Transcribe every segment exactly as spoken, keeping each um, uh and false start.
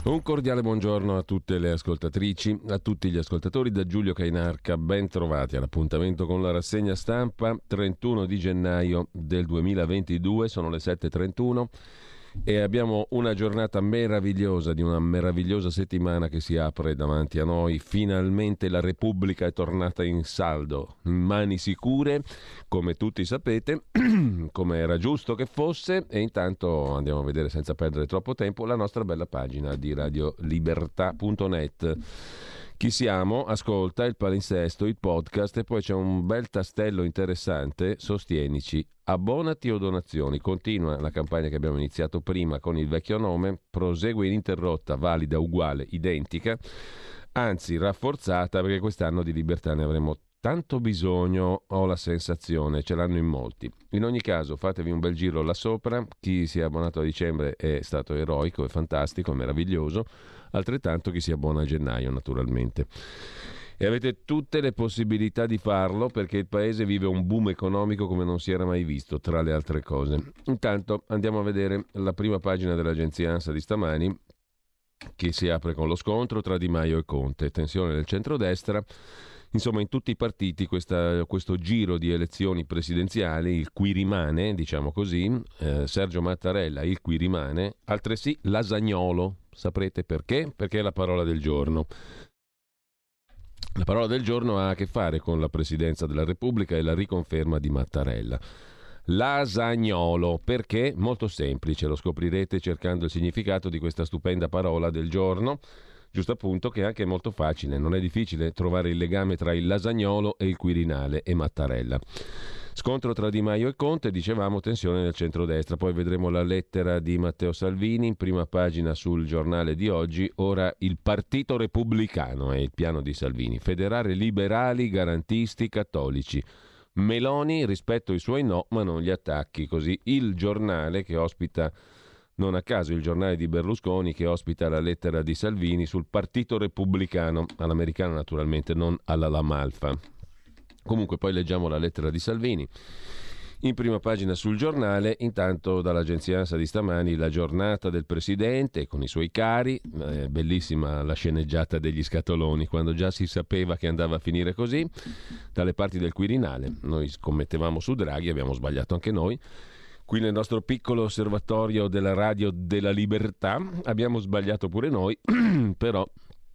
Un cordiale buongiorno a tutte le ascoltatrici, a tutti gli ascoltatori da Giulio Cainarca, ben trovati all'appuntamento con la rassegna stampa trentuno di gennaio del duemilaventidue, sono le sette e trentuno e abbiamo una giornata meravigliosa di una meravigliosa settimana che si apre davanti a noi. Finalmente la Repubblica è tornata in saldo, in mani sicure, come tutti sapete, come era giusto che fosse, e intanto andiamo a vedere senza perdere troppo tempo la nostra bella pagina di radio libertà punto net. Chi siamo? Ascolta il palinsesto, il podcast, e poi c'è un bel tastello interessante, sostienici, abbonati o donazioni. Continua la campagna che abbiamo iniziato prima con il vecchio nome, prosegue ininterrotta, valida, uguale, identica, anzi rafforzata, perché quest'anno di libertà ne avremo tanto bisogno, ho la sensazione, ce l'hanno in molti. In ogni caso fatevi un bel giro là sopra, chi si è abbonato a dicembre è stato eroico, è fantastico, è meraviglioso, altrettanto chi si abbona a gennaio naturalmente. E avete tutte le possibilità di farlo perché il paese vive un boom economico come non si era mai visto, tra le altre cose. Intanto andiamo a vedere la prima pagina dell'agenzia ANSA di stamani, che si apre con lo scontro tra Di Maio e Conte, tensione nel centrodestra. Insomma, in tutti i partiti questa, questo giro di elezioni presidenziali, il qui rimane, diciamo così, eh, Sergio Mattarella, il qui rimane, altresì Lasagnolo. Saprete perché? Perché è la parola del giorno. La parola del giorno ha a che fare con la Presidenza della Repubblica e la riconferma di Mattarella. Lasagnolo, perché? Molto semplice, lo scoprirete cercando il significato di questa stupenda parola del giorno. Giusto appunto che è anche molto facile, non è difficile trovare il legame tra il Lasagnolo e il Quirinale e Mattarella. Scontro tra Di Maio e Conte, dicevamo, tensione nel centrodestra, poi vedremo la lettera di Matteo Salvini, in prima pagina sul giornale di oggi. Ora il Partito Repubblicano è il piano di Salvini, federare liberali, garantisti, cattolici. Meloni rispetto ai suoi no, ma non gli attacchi, così il giornale che ospita... Non a caso il giornale di Berlusconi che ospita la lettera di Salvini sul Partito Repubblicano, all'americana naturalmente, non alla Lamalfa. Comunque poi leggiamo la lettera di Salvini. In prima pagina sul giornale, intanto dall'agenzia ANSA di stamani, la giornata del Presidente con i suoi cari, eh, bellissima la sceneggiata degli scatoloni, quando già si sapeva che andava a finire così, dalle parti del Quirinale. Noi scommettevamo su Draghi, abbiamo sbagliato anche noi. Qui nel nostro piccolo osservatorio della radio della libertà abbiamo sbagliato pure noi, però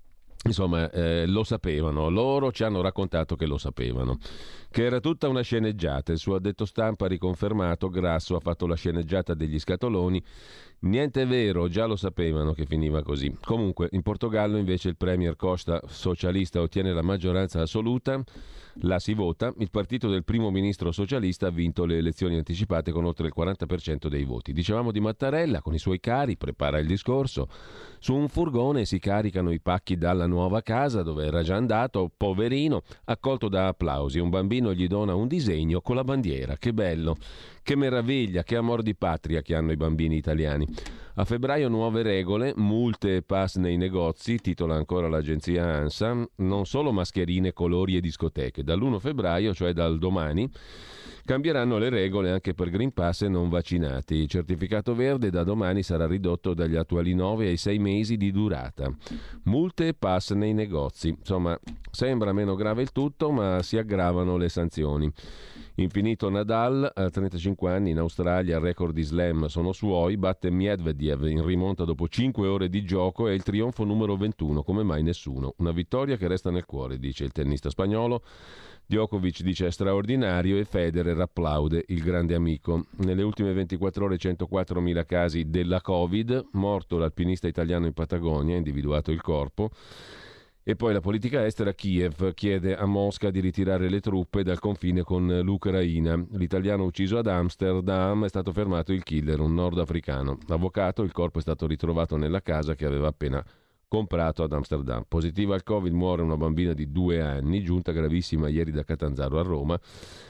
insomma eh, lo sapevano, loro ci hanno raccontato che lo sapevano, che era tutta una sceneggiata. Il suo addetto stampa ha riconfermato, Grasso ha fatto la sceneggiata degli scatoloni, niente è vero, già lo sapevano che finiva così. Comunque in Portogallo invece il premier Costa, socialista, ottiene la maggioranza assoluta. Là si vota, il partito del primo ministro socialista ha vinto le elezioni anticipate con oltre il quaranta per cento dei voti. Dicevamo di Mattarella, con i suoi cari, prepara il discorso. Su un furgone si caricano i pacchi dalla nuova casa dove era già andato, poverino, accolto da applausi. Un bambino gli dona un disegno con la bandiera, che bello, che meraviglia, che amor di patria che hanno i bambini italiani. A febbraio nuove regole, multe e pass nei negozi, titola ancora l'agenzia ANSA, non solo mascherine, colori e discoteche. Dall'primo febbraio, cioè dal domani, cambieranno le regole anche per Green Pass e non vaccinati. Il certificato verde da domani sarà ridotto dagli attuali nove ai sei mesi di durata. Multe e pass nei negozi. Insomma, sembra meno grave il tutto, ma si aggravano le sanzioni. Infinito Nadal, a trentacinque anni in Australia, il record di slam sono suoi, batte Medvedev in rimonta dopo cinque ore di gioco, è il trionfo numero ventuno, come mai nessuno. Una vittoria che resta nel cuore, dice il tennista spagnolo. Djokovic dice è straordinario e Federer applaude il grande amico. Nelle ultime ventiquattro ore centoquattromila casi della Covid, morto l'alpinista italiano in Patagonia, individuato il corpo. E poi la politica estera, Kiev chiede a Mosca di ritirare le truppe dal confine con l'Ucraina. L'italiano ucciso ad Amsterdam è stato fermato il killer, un nordafricano. Avvocato, il corpo è stato ritrovato nella casa che aveva appena comprato ad Amsterdam. Positiva al Covid muore una bambina di due anni, giunta gravissima ieri da Catanzaro a Roma.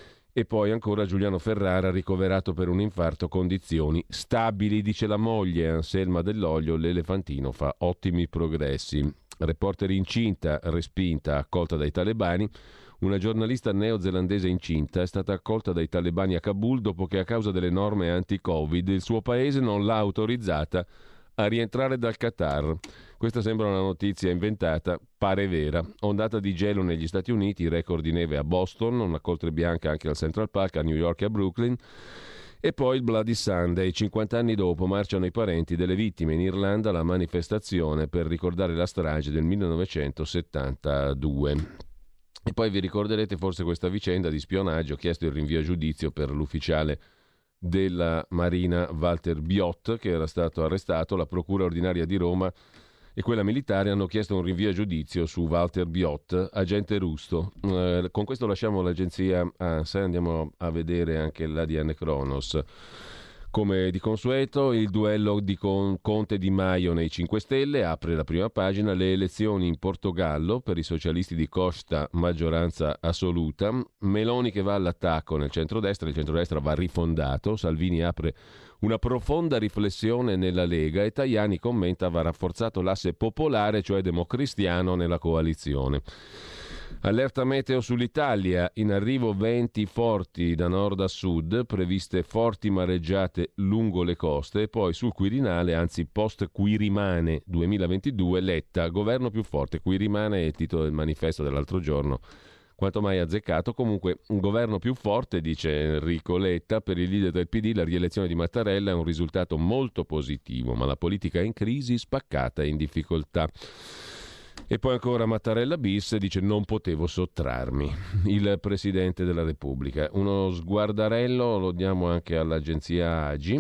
E poi ancora Giuliano Ferrara ricoverato per un infarto, condizioni stabili, dice la moglie. Anselma Dell'Olio, l'elefantino fa ottimi progressi. Reporter incinta, respinta, accolta dai talebani. Una giornalista neozelandese incinta è stata accolta dai talebani a Kabul dopo che a causa delle norme anti-Covid il suo paese non l'ha autorizzata a rientrare dal Qatar. Questa sembra una notizia inventata, pare vera. Ondata di gelo negli Stati Uniti, record di neve a Boston, una coltre bianca anche al Central Park, a New York e a Brooklyn. E poi il Bloody Sunday, cinquanta anni dopo marciano i parenti delle vittime in Irlanda alla manifestazione per ricordare la strage del millenovecentosettantadue. E poi vi ricorderete forse questa vicenda di spionaggio, chiesto il rinvio a giudizio per l'ufficiale della Marina Walter Biot, che era stato arrestato. La Procura ordinaria di Roma e quella militare hanno chiesto un rinvio a giudizio su Walter Biot, agente russo. Eh, con questo lasciamo l'agenzia ANSA e andiamo a vedere anche l'A D N Kronos. Come di consueto, il duello di Con- Conte Di Maio nei cinque Stelle apre la prima pagina. Le elezioni in Portogallo, per i socialisti di Costa maggioranza assoluta. Meloni che va all'attacco nel centrodestra, il centrodestra va rifondato. Salvini apre una profonda riflessione nella Lega e Tajani commenta va rafforzato l'asse popolare, cioè democristiano, nella coalizione. Allerta meteo sull'Italia, in arrivo venti forti da nord a sud, previste forti mareggiate lungo le coste e poi sul Quirinale, anzi post Quirimane duemilaventidue, Letta, governo più forte. Quirimane è il titolo del manifesto dell'altro giorno, quanto mai azzeccato. Comunque un governo più forte, dice Enrico Letta. Per il leader del P D la rielezione di Mattarella è un risultato molto positivo, ma la politica è in crisi, spaccata e in difficoltà. E poi ancora Mattarella bis, dice non potevo sottrarmi. Il Presidente della Repubblica. Uno sguardarello lo diamo anche all'agenzia Agi.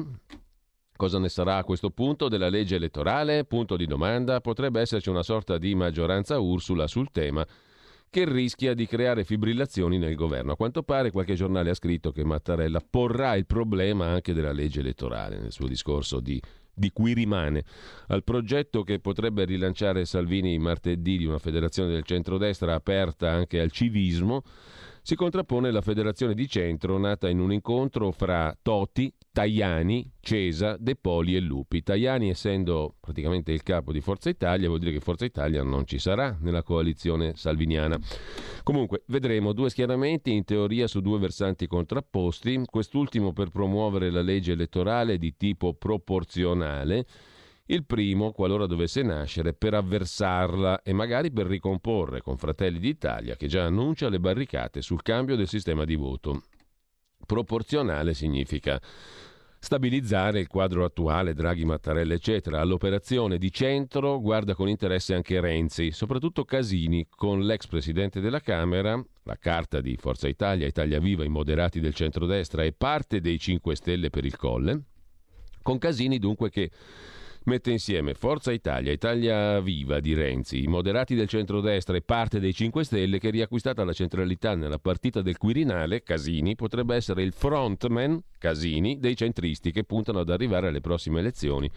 Cosa ne sarà a questo punto della legge elettorale? Punto di domanda. Potrebbe esserci una sorta di maggioranza Ursula sul tema, che rischia di creare fibrillazioni nel governo. A quanto pare qualche giornale ha scritto che Mattarella porrà il problema anche della legge elettorale nel suo discorso di di cui rimane al progetto che potrebbe rilanciare Salvini martedì di una federazione del centrodestra aperta anche al civismo. Si contrappone la federazione di centro nata in un incontro fra Toti, Tajani, Cesa, De Poli e Lupi. Tajani, essendo praticamente il capo di Forza Italia, vuol dire che Forza Italia non ci sarà nella coalizione salviniana. Comunque, vedremo due schieramenti in teoria su due versanti contrapposti, quest'ultimo per promuovere la legge elettorale di tipo proporzionale, il primo, qualora dovesse nascere, per avversarla e magari per ricomporre con Fratelli d'Italia, che già annuncia le barricate sul cambio del sistema di voto. Proporzionale significa stabilizzare il quadro attuale, Draghi, Mattarella, eccetera. All'operazione di centro guarda con interesse anche Renzi, soprattutto Casini, con l'ex presidente della Camera, la carta di Forza Italia, Italia Viva, i moderati del centrodestra e parte dei cinque Stelle per il Colle. Con Casini dunque che mette insieme Forza Italia, Italia Viva di Renzi, i moderati del centrodestra e parte dei cinque Stelle, che riacquistata la centralità nella partita del Quirinale, Casini potrebbe essere il frontman, Casini, dei centristi che puntano ad arrivare alle prossime elezioni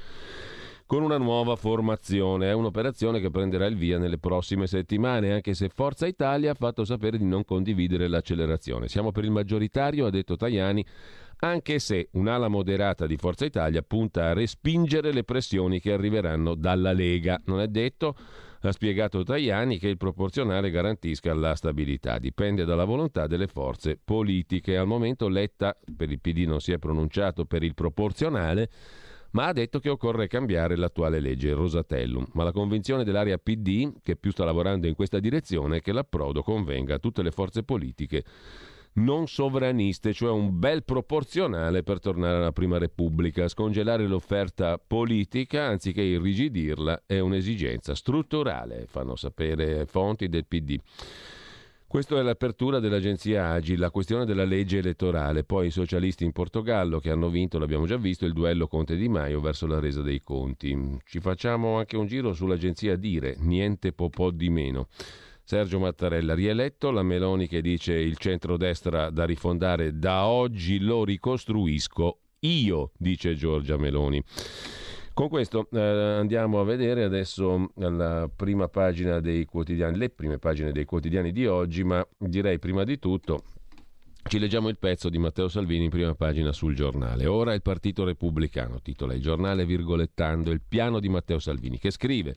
con una nuova formazione. È un'operazione che prenderà il via nelle prossime settimane, anche se Forza Italia ha fatto sapere di non condividere l'accelerazione. Siamo per il maggioritario, ha detto Tajani, anche se un'ala moderata di Forza Italia punta a respingere le pressioni che arriveranno dalla Lega. Non è detto, ha spiegato Tajani, che il proporzionale garantisca la stabilità. Dipende dalla volontà delle forze politiche. Al momento Letta, per il P D, non si è pronunciato per il proporzionale, ma ha detto che occorre cambiare l'attuale legge, il Rosatellum. Ma la convinzione dell'area P D, che più sta lavorando in questa direzione, è che l'approdo convenga a tutte le forze politiche non sovraniste, cioè un bel proporzionale per tornare alla Prima Repubblica. Scongelare l'offerta politica anziché irrigidirla è un'esigenza strutturale, fanno sapere fonti del P D. Questa è l'apertura dell'agenzia Agi, la questione della legge elettorale. Poi i socialisti in Portogallo che hanno vinto, l'abbiamo già visto, il duello Conte Di Maio verso la resa dei conti. Ci facciamo anche un giro sull'agenzia Dire, niente po' po' di meno. Sergio Mattarella rieletto, la Meloni che dice il centrodestra da rifondare, da oggi lo ricostruisco io, dice Giorgia Meloni. Con questo eh, andiamo a vedere adesso la prima pagina dei quotidiani, le prime pagine dei quotidiani di oggi, ma direi prima di tutto ci leggiamo il pezzo di Matteo Salvini in prima pagina sul Giornale. Ora il Partito Repubblicano, titola il giornale virgolettando il piano di Matteo Salvini, che scrive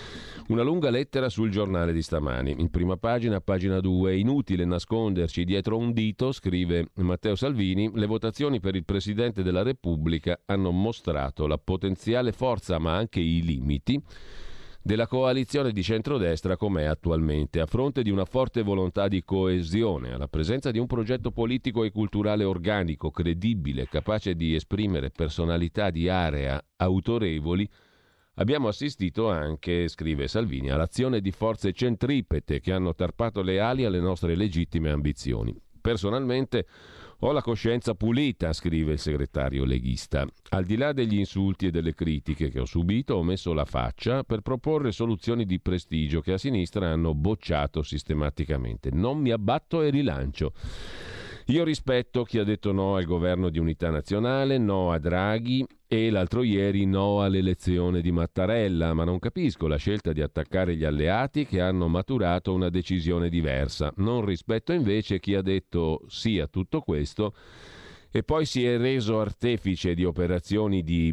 una lunga lettera sul Giornale di stamani. In prima pagina, pagina due, inutile nasconderci dietro un dito, scrive Matteo Salvini, le votazioni per il Presidente della Repubblica hanno mostrato la potenziale forza ma anche i limiti della coalizione di centrodestra com'è attualmente, a fronte di una forte volontà di coesione, alla presenza di un progetto politico e culturale organico, credibile, capace di esprimere personalità di area autorevoli. Abbiamo assistito anche, scrive Salvini, all'azione di forze centripete che hanno tarpato le ali alle nostre legittime ambizioni. Personalmente ho la coscienza pulita, scrive il segretario leghista. Al di là degli insulti e delle critiche che ho subito, ho messo la faccia per proporre soluzioni di prestigio che a sinistra hanno bocciato sistematicamente. Non mi abbatto e rilancio. Io rispetto chi ha detto no al governo di unità nazionale, no a Draghi e l'altro ieri no all'elezione di Mattarella, ma non capisco la scelta di attaccare gli alleati che hanno maturato una decisione diversa. Non rispetto invece chi ha detto sì a tutto questo e poi si è reso artefice di operazioni di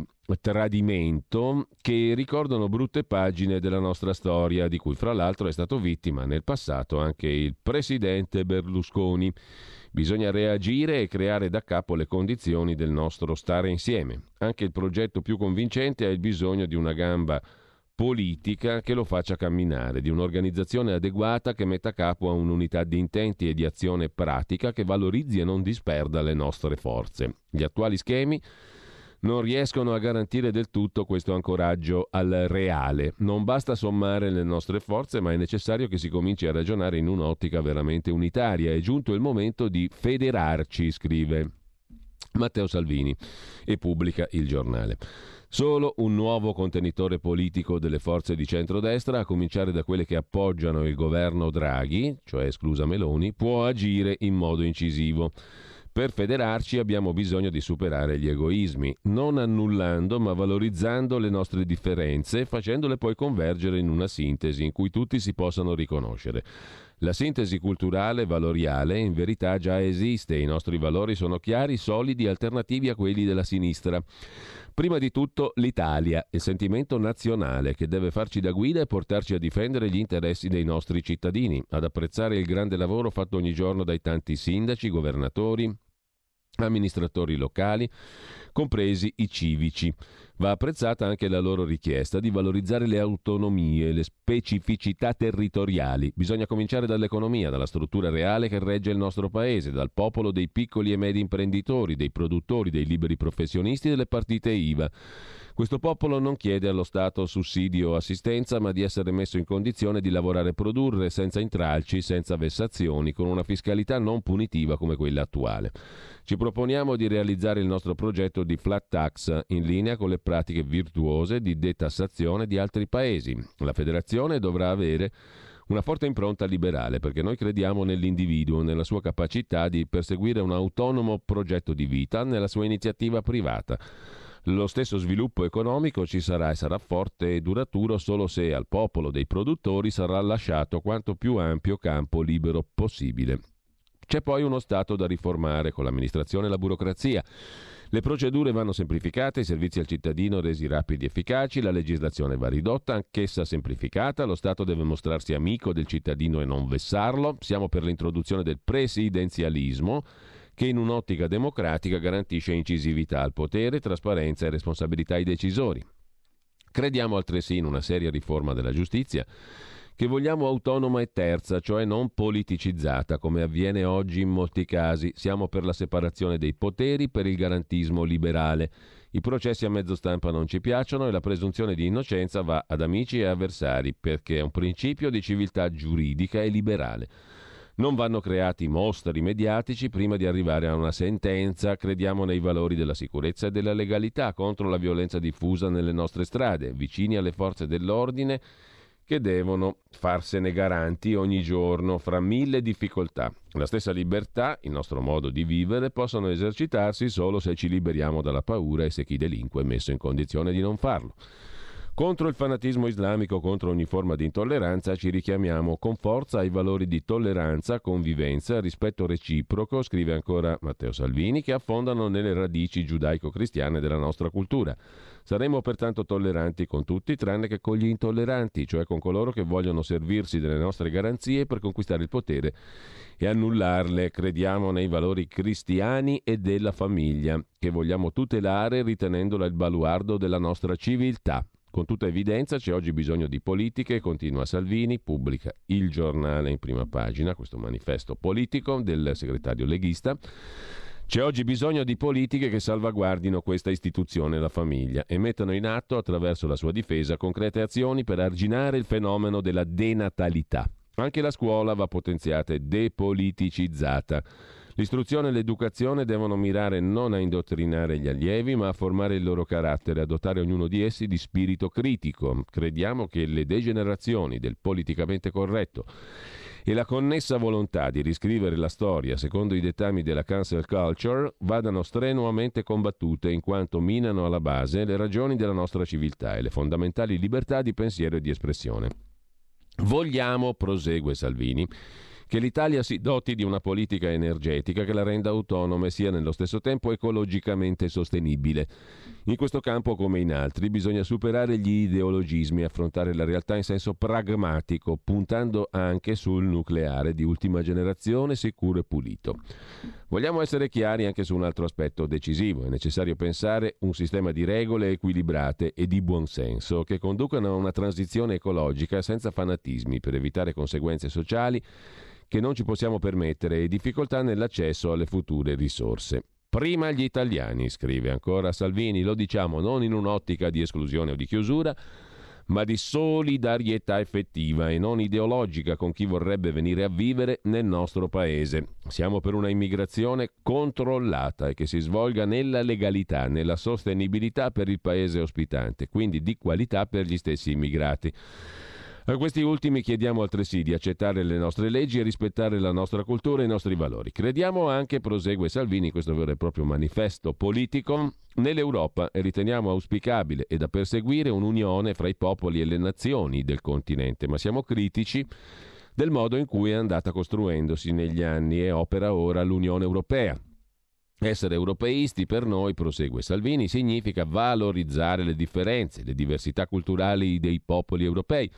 tradimento che ricordano brutte pagine della nostra storia, di cui fra l'altro è stato vittima nel passato anche il presidente Berlusconi. Bisogna reagire e creare da capo le condizioni del nostro stare insieme. Anche il progetto più convincente ha il bisogno di una gamba politica che lo faccia camminare, di un'organizzazione adeguata che metta a capo a un'unità di intenti e di azione pratica che valorizzi e non disperda le nostre forze. Gli attuali schemi non riescono a garantire del tutto questo ancoraggio al reale. Non basta sommare le nostre forze, ma è necessario che si cominci a ragionare in un'ottica veramente unitaria. È giunto il momento di federarci, scrive Matteo Salvini e pubblica Il Giornale. Solo un nuovo contenitore politico delle forze di centrodestra, a cominciare da quelle che appoggiano il governo Draghi, cioè esclusa Meloni, può agire in modo incisivo. Per federarci abbiamo bisogno di superare gli egoismi, non annullando ma valorizzando le nostre differenze, facendole poi convergere in una sintesi in cui tutti si possano riconoscere. La sintesi culturale valoriale in verità già esiste, i nostri valori sono chiari, solidi, alternativi a quelli della sinistra. Prima di tutto l'Italia, il sentimento nazionale che deve farci da guida e portarci a difendere gli interessi dei nostri cittadini, ad apprezzare il grande lavoro fatto ogni giorno dai tanti sindaci, governatori, amministratori locali, compresi i civici. Va apprezzata anche la loro richiesta di valorizzare le autonomie, le specificità territoriali. Bisogna cominciare dall'economia, dalla struttura reale che regge il nostro paese, dal popolo dei piccoli e medi imprenditori, dei produttori, dei liberi professionisti, delle partite I V A. Questo popolo non chiede allo Stato sussidi o assistenza, ma di essere messo in condizione di lavorare e produrre senza intralci, senza vessazioni, con una fiscalità non punitiva come quella attuale. Ci proponiamo di realizzare il nostro progetto di flat tax in linea con le pratiche virtuose di detassazione di altri paesi. La federazione dovrà avere una forte impronta liberale, perché noi crediamo nell'individuo, nella sua capacità di perseguire un autonomo progetto di vita, nella sua iniziativa privata. Lo stesso sviluppo economico ci sarà e sarà forte e duraturo solo se al popolo dei produttori sarà lasciato quanto più ampio campo libero possibile. C'è poi uno Stato da riformare con l'amministrazione e la burocrazia. Le procedure vanno semplificate, i servizi al cittadino resi rapidi e efficaci, la legislazione va ridotta, anch'essa semplificata, lo Stato deve mostrarsi amico del cittadino e non vessarlo. Siamo per l'introduzione del presidenzialismo, che in un'ottica democratica garantisce incisività al potere, trasparenza e responsabilità ai decisori. Crediamo altresì in una seria riforma della giustizia che vogliamo autonoma e terza, cioè non politicizzata, come avviene oggi in molti casi. Siamo per la separazione dei poteri, per il garantismo liberale. I processi a mezzo stampa non ci piacciono e la presunzione di innocenza va ad amici e avversari, perché è un principio di civiltà giuridica e liberale. Non vanno creati mostri mediatici prima di arrivare a una sentenza. Crediamo nei valori della sicurezza e della legalità, contro la violenza diffusa nelle nostre strade, vicini alle forze dell'ordine che devono farsene garanti ogni giorno fra mille difficoltà. La stessa libertà, il nostro modo di vivere, possono esercitarsi solo se ci liberiamo dalla paura e se chi delinque è messo in condizione di non farlo. Contro il fanatismo islamico, contro ogni forma di intolleranza, ci richiamiamo con forza ai valori di tolleranza, convivenza, rispetto reciproco, scrive ancora Matteo Salvini, che affondano nelle radici giudaico-cristiane della nostra cultura. Saremo pertanto tolleranti con tutti, tranne che con gli intolleranti, cioè con coloro che vogliono servirsi delle nostre garanzie per conquistare il potere e annullarle. Crediamo nei valori cristiani e della famiglia, che vogliamo tutelare ritenendola il baluardo della nostra civiltà. Con tutta evidenza c'è oggi bisogno di politiche, continua Salvini, pubblica Il Giornale in prima pagina, questo manifesto politico del segretario leghista. C'è oggi bisogno di politiche che salvaguardino questa istituzione, la famiglia, e mettano in atto, attraverso la sua difesa, concrete azioni per arginare il fenomeno della denatalità. Anche la scuola va potenziata e depoliticizzata. L'istruzione e l'educazione devono mirare non a indottrinare gli allievi, ma a formare il loro carattere, a dotare ognuno di essi di spirito critico. Crediamo che le degenerazioni del politicamente corretto e la connessa volontà di riscrivere la storia secondo i dettami della cancel culture vadano strenuamente combattute, in quanto minano alla base le ragioni della nostra civiltà e le fondamentali libertà di pensiero e di espressione. Vogliamo, prosegue Salvini, che l'Italia si doti di una politica energetica che la renda autonoma e sia nello stesso tempo ecologicamente sostenibile. In questo campo, come in altri, bisogna superare gli ideologismi e affrontare la realtà in senso pragmatico, puntando anche sul nucleare di ultima generazione, sicuro e pulito. Vogliamo essere chiari anche su un altro aspetto decisivo. È necessario pensare un sistema di regole equilibrate e di buonsenso che conducano a una transizione ecologica senza fanatismi, per evitare conseguenze sociali che non ci possiamo permettere e difficoltà nell'accesso alle future risorse. Prima gli italiani, scrive ancora Salvini, lo diciamo non in un'ottica di esclusione o di chiusura, ma di solidarietà effettiva e non ideologica con chi vorrebbe venire a vivere nel nostro paese. Siamo per una immigrazione controllata e che si svolga nella legalità, nella sostenibilità per il paese ospitante, quindi di qualità per gli stessi immigrati. A questi ultimi chiediamo altresì di accettare le nostre leggi e rispettare la nostra cultura e i nostri valori. Crediamo anche, prosegue Salvini, questo vero e proprio manifesto politico, nell'Europa e riteniamo auspicabile e da perseguire un'unione fra i popoli e le nazioni del continente, ma siamo critici del modo in cui è andata costruendosi negli anni e opera ora l'Unione Europea. Essere europeisti per noi, prosegue Salvini, significa valorizzare le differenze, le diversità culturali dei popoli europei,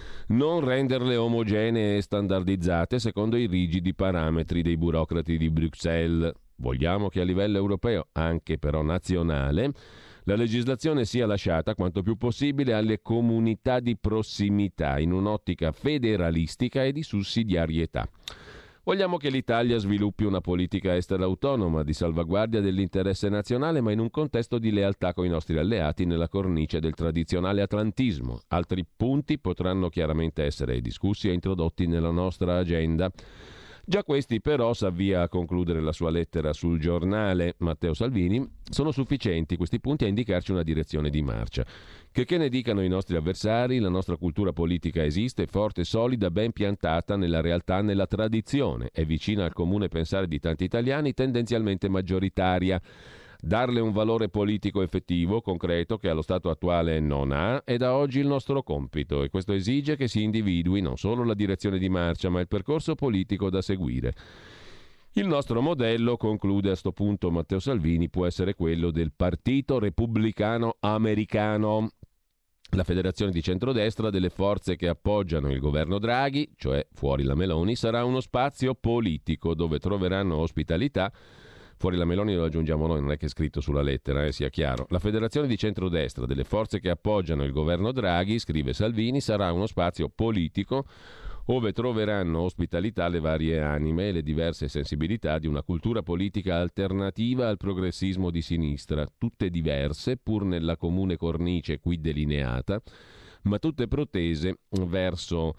non renderle omogenee e standardizzate secondo i rigidi parametri dei burocrati di Bruxelles. Vogliamo che a livello europeo, anche però nazionale, la legislazione sia lasciata quanto più possibile alle comunità di prossimità, in un'ottica federalistica e di sussidiarietà. Vogliamo che l'Italia sviluppi una politica estera autonoma di salvaguardia dell'interesse nazionale, ma in un contesto di lealtà con i nostri alleati nella cornice del tradizionale atlantismo. Altri punti potranno chiaramente essere discussi e introdotti nella nostra agenda. Già questi però, s'avvia a concludere la sua lettera sul Giornale Matteo Salvini, sono sufficienti questi punti a indicarci una direzione di marcia. Che che ne dicano i nostri avversari, la nostra cultura politica esiste, forte, solida, ben piantata nella realtà, nella tradizione, è vicina al comune pensare di tanti italiani, tendenzialmente maggioritaria. Darle un valore politico effettivo, concreto, che allo stato attuale non ha, è da oggi il nostro compito e questo esige che si individui non solo la direzione di marcia, ma il percorso politico da seguire. Il nostro modello, conclude a sto punto Matteo Salvini, può essere quello del Partito Repubblicano Americano, la federazione di centrodestra delle forze che appoggiano il governo Draghi, cioè fuori la Meloni, sarà uno spazio politico dove troveranno ospitalità. Fuori la Meloni lo aggiungiamo noi, non è che è scritto sulla lettera, eh, sia chiaro. La federazione di centrodestra delle forze che appoggiano il governo Draghi, scrive Salvini, sarà uno spazio politico ove troveranno ospitalità le varie anime e le diverse sensibilità di una cultura politica alternativa al progressismo di sinistra, tutte diverse pur nella comune cornice qui delineata, ma tutte protese verso,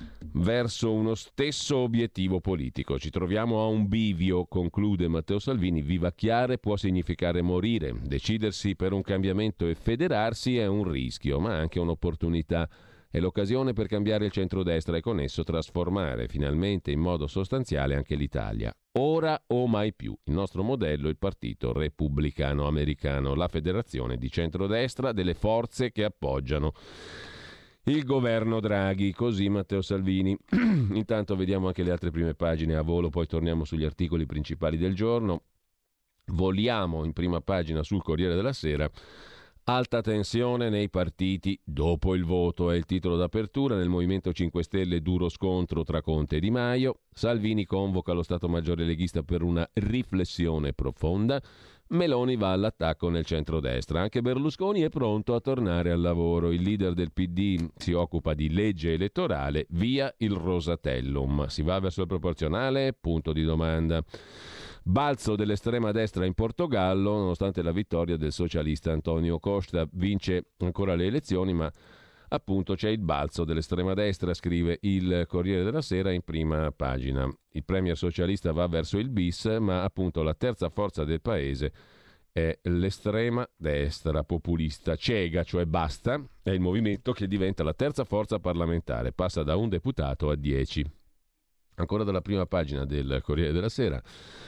verso uno stesso obiettivo politico. Ci troviamo a un bivio, conclude Matteo Salvini, vivacchiare può significare morire, decidersi per un cambiamento e federarsi è un rischio, ma anche un'opportunità. È l'occasione per cambiare il centrodestra e con esso trasformare finalmente in modo sostanziale anche l'Italia. Ora o mai più. Il nostro modello è il Partito Repubblicano Americano, la federazione di centrodestra delle forze che appoggiano il governo Draghi. Così Matteo Salvini. Intanto vediamo anche le altre prime pagine a volo, poi torniamo sugli articoli principali del giorno. Voliamo in prima pagina sul Corriere della Sera Alta tensione nei partiti dopo il voto è il titolo d'apertura. Nel Movimento cinque Stelle duro scontro tra Conte e Di Maio. Salvini convoca lo Stato Maggiore leghista per una riflessione profonda. Meloni va all'attacco nel centrodestra. Anche Berlusconi è pronto a tornare al lavoro. Il leader del P D si occupa di legge elettorale, via il Rosatellum. Si va verso il proporzionale? Punto di domanda. Balzo dell'estrema destra in Portogallo, nonostante la vittoria del socialista Antonio Costa. Vince ancora le elezioni, ma appunto c'è il balzo dell'estrema destra, scrive il Corriere della Sera in prima pagina. Il premier socialista va verso il bis, ma appunto la terza forza del paese è l'estrema destra populista cieca, cioè basta, è il movimento che diventa la terza forza parlamentare, passa da un deputato a dieci. Ancora dalla prima pagina del Corriere della Sera.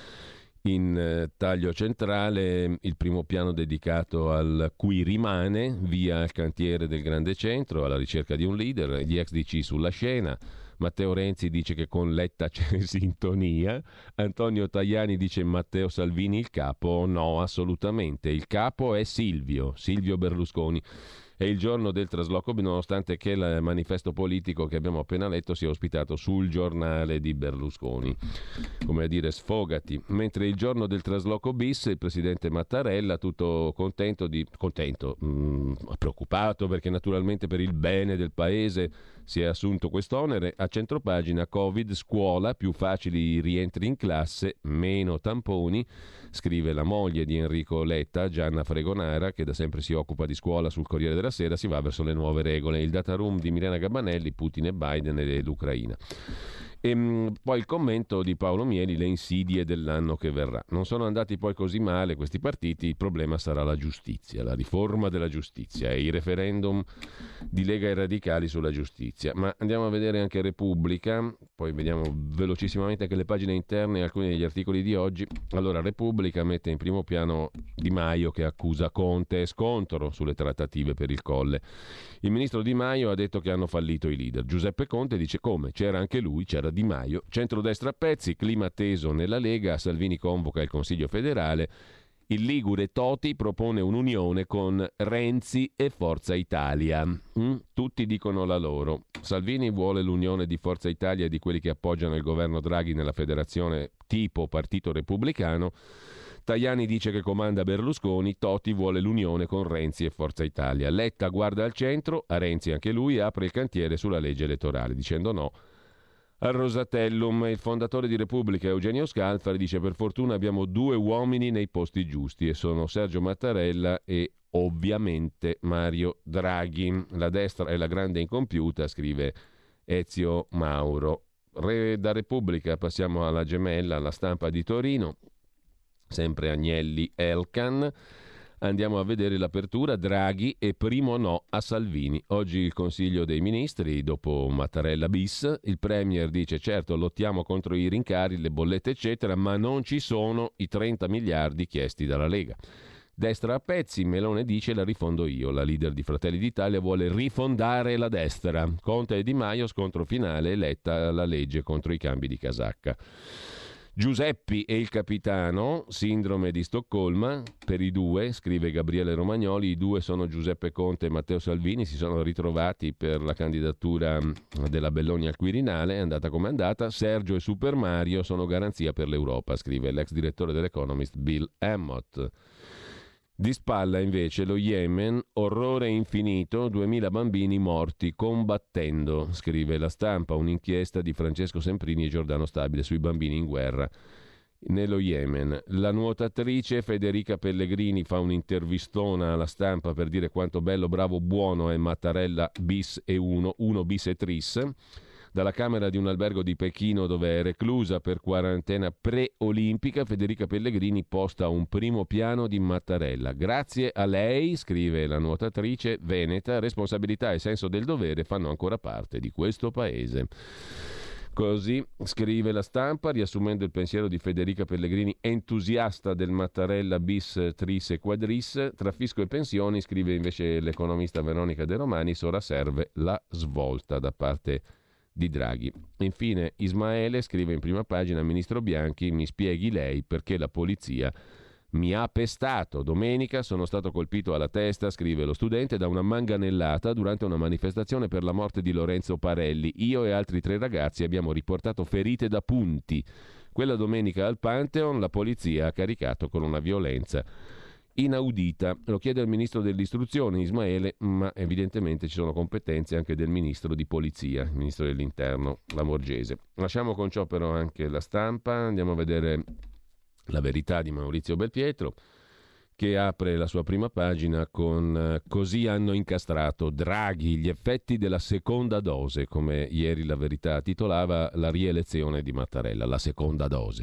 In eh, taglio centrale il primo piano dedicato al Qui rimane, via il cantiere del grande centro, alla ricerca di un leader, gli ex D C sulla scena. Matteo Renzi dice che con Letta c'è sintonia. Antonio Tajani dice Matteo Salvini il capo. No, assolutamente. Il capo è Silvio, Silvio Berlusconi. È il giorno del trasloco, nonostante che il manifesto politico che abbiamo appena letto sia ospitato sul giornale di Berlusconi. Come a dire, sfogati. Mentre il giorno del trasloco bis, il presidente Mattarella, tutto contento, di, contento, mh, preoccupato perché naturalmente per il bene del paese si è assunto quest'onere. A centropagina Covid, scuola, più facili rientri in classe, meno tamponi. Scrive la moglie di Enrico Letta, Gianna Fregonara, che da sempre si occupa di scuola sul Corriere della Sera. Si va verso le nuove regole. Il data room di Milena Gabanelli, Putin e Biden e l'Ucraina. E mh, poi il commento di Paolo Mieli, le insidie dell'anno che verrà. Non sono andati poi così male questi partiti, il problema sarà la giustizia, la riforma della giustizia e i referendum di Lega e Radicali sulla giustizia. Ma andiamo a vedere anche Repubblica, poi vediamo velocissimamente anche le pagine interne e alcuni degli articoli di oggi. Allora, Repubblica mette in primo piano Di Maio che accusa Conte, scontro sulle trattative per il Colle. Il ministro Di Maio ha detto che hanno fallito i leader. Giuseppe Conte dice come? C'era anche lui, c'era Di Maio. Centrodestra a pezzi, clima teso nella Lega, Salvini convoca il Consiglio federale. Il ligure Toti propone un'unione con Renzi e Forza Italia. Mm? Tutti dicono la loro. Salvini vuole l'unione di Forza Italia e di quelli che appoggiano il governo Draghi nella federazione tipo Partito Repubblicano. Tajani dice che comanda Berlusconi, Toti vuole l'unione con Renzi e Forza Italia. Letta guarda al centro, a Renzi anche lui, apre il cantiere sulla legge elettorale, dicendo no al Rosatellum. Il fondatore di Repubblica, Eugenio Scalfari, dice per fortuna abbiamo due uomini nei posti giusti e sono Sergio Mattarella e ovviamente Mario Draghi. La destra è la grande incompiuta, scrive Ezio Mauro. Re da Repubblica passiamo alla gemella, alla Stampa di Torino. Sempre Agnelli Elkan. Andiamo a vedere l'apertura. Draghi e primo no a Salvini. Oggi il Consiglio dei Ministri, dopo Mattarella bis. Il Premier dice certo lottiamo contro i rincari, le bollette eccetera, ma non ci sono i trenta miliardi chiesti dalla Lega. Destra a pezzi, Meloni dice la rifondo io. La leader di Fratelli d'Italia vuole rifondare la destra. Conte e Di Maio scontro finale, Letta la legge contro i cambi di casacca. Giuseppi e il capitano, sindrome di Stoccolma, per i due, scrive Gabriele Romagnoli, i due sono Giuseppe Conte e Matteo Salvini, si sono ritrovati per la candidatura della Belloni al Quirinale, è andata come è andata, Sergio e Super Mario sono garanzia per l'Europa, scrive l'ex direttore dell'Economist Bill Ammott. Di spalla invece lo Yemen, orrore infinito, duemila bambini morti combattendo, scrive La Stampa, un'inchiesta di Francesco Semprini e Giordano Stabile sui bambini in guerra nello Yemen. La nuotatrice Federica Pellegrini fa un'intervistona alla Stampa per dire quanto bello, bravo, buono è Mattarella bis e uno, uno bis e tris. Dalla camera di un albergo di Pechino dove è reclusa per quarantena pre-olimpica, Federica Pellegrini posta un primo piano di Mattarella. Grazie a lei, scrive la nuotatrice veneta, responsabilità e senso del dovere fanno ancora parte di questo paese. Così scrive La Stampa, riassumendo il pensiero di Federica Pellegrini, entusiasta del Mattarella bis, tris e quadris. Tra fisco e pensioni, scrive invece l'economista Veronica De Romanis, ora serve la svolta da parte di Draghi. Infine Ismaele scrive in prima pagina, ministro Bianchi, mi spieghi lei perché la polizia Mi ha pestato. Domenica sono stato colpito alla testa, scrive lo studente, da una manganellata durante una manifestazione per la morte di Lorenzo Parelli. Io e altri tre ragazzi abbiamo riportato ferite da punti. Quella domenica al Pantheon la polizia ha caricato con una violenza inaudita. Lo chiede al ministro dell'istruzione Ismaele, ma evidentemente ci sono competenze anche del ministro di polizia, il ministro dell'interno Lamorgese. Lasciamo con ciò però anche La Stampa, andiamo a vedere La Verità di Maurizio Belpietro, che apre la sua prima pagina con "Così hanno incastrato Draghi, gli effetti della seconda dose", come ieri La Verità titolava la rielezione di Mattarella, la seconda dose.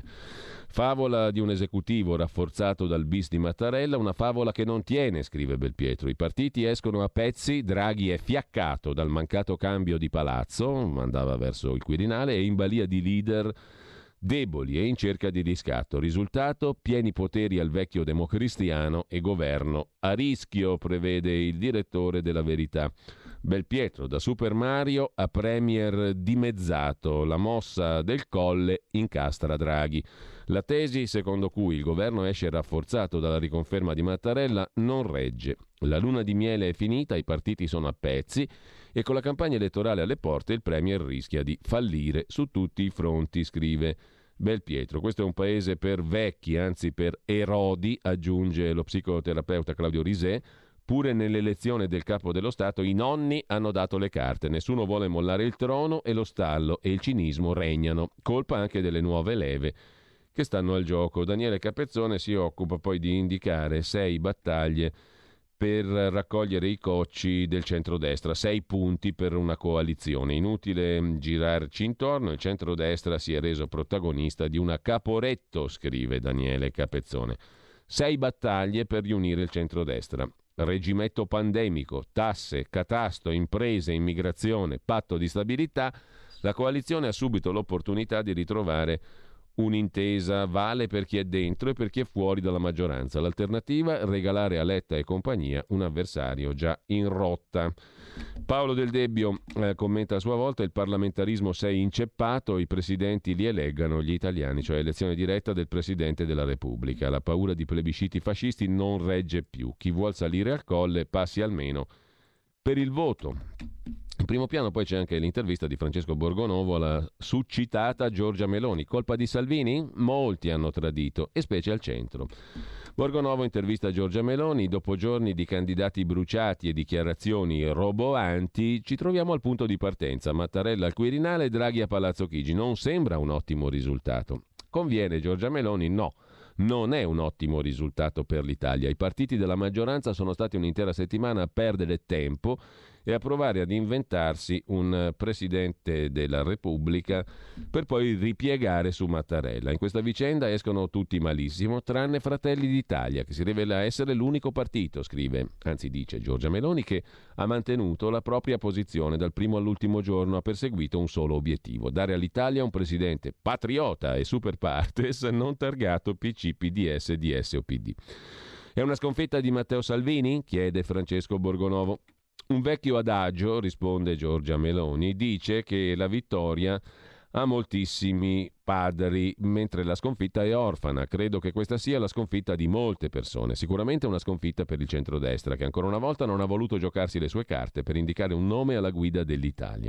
Favola di un esecutivo rafforzato dal bis di Mattarella, una favola che non tiene, scrive Belpietro. I partiti escono a pezzi, Draghi è fiaccato dal mancato cambio di palazzo, andava verso il Quirinale, e in balia di leader deboli e in cerca di riscatto. Risultato: pieni poteri al vecchio democristiano e governo a rischio, prevede il direttore della Verità. Belpietro, da Super Mario a Premier dimezzato, la mossa del Colle incastra Draghi. La tesi secondo cui il governo esce rafforzato dalla riconferma di Mattarella non regge. La luna di miele è finita, i partiti sono a pezzi e con la campagna elettorale alle porte il Premier rischia di fallire su tutti i fronti, scrive Belpietro. Questo è un paese per vecchi, anzi per erodi, aggiunge lo psicoterapeuta Claudio Risè. Pure nell'elezione del capo dello Stato i nonni hanno dato le carte, nessuno vuole mollare il trono e lo stallo e il cinismo regnano, colpa anche delle nuove leve che stanno al gioco. Daniele Capezzone si occupa poi di indicare sei battaglie per raccogliere i cocci del centrodestra, sei punti per una coalizione. Inutile girarci intorno, il centrodestra si è reso protagonista di una Caporetto, scrive Daniele Capezzone. Sei battaglie per riunire il centrodestra. Regimetto pandemico, tasse, catasto, imprese, immigrazione, patto di stabilità. La coalizione ha subito l'opportunità di ritrovare un'intesa, vale per chi è dentro e per chi è fuori dalla maggioranza. L'alternativa: regalare a Letta e compagnia un avversario già in rotta. Paolo Del Debbio eh, commenta a sua volta: il parlamentarismo si è inceppato, i presidenti li eleggano gli italiani, cioè elezione diretta del Presidente della Repubblica. La paura di plebisciti fascisti non regge più. Chi vuol salire al colle passi almeno per il voto. In primo piano poi c'è anche l'intervista di Francesco Borgonovo alla succitata Giorgia Meloni. Colpa di Salvini? Molti hanno tradito, e specie al centro. Borgonovo intervista Giorgia Meloni. Dopo giorni di candidati bruciati e dichiarazioni roboanti, ci troviamo al punto di partenza. Mattarella al Quirinale, Draghi a Palazzo Chigi. Non sembra un ottimo risultato. Conviene Giorgia Meloni? No. Non è un ottimo risultato per l'Italia. I partiti della maggioranza sono stati un'intera settimana a perdere tempo e a provare ad inventarsi un Presidente della Repubblica per poi ripiegare su Mattarella. In questa vicenda escono tutti malissimo, tranne Fratelli d'Italia, che si rivela essere l'unico partito, scrive, anzi dice Giorgia Meloni, che ha mantenuto la propria posizione dal primo all'ultimo giorno, ha perseguito un solo obiettivo: dare all'Italia un presidente patriota e super partes, non targato P C, P D S, D S o P D. È una sconfitta di Matteo Salvini? Chiede Francesco Borgonovo. Un vecchio adagio, risponde Giorgia Meloni, dice che la vittoria ha moltissimi padri, mentre la sconfitta è orfana. Credo che questa sia la sconfitta di molte persone. Sicuramente una sconfitta per il centrodestra, che ancora una volta non ha voluto giocarsi le sue carte per indicare un nome alla guida dell'Italia.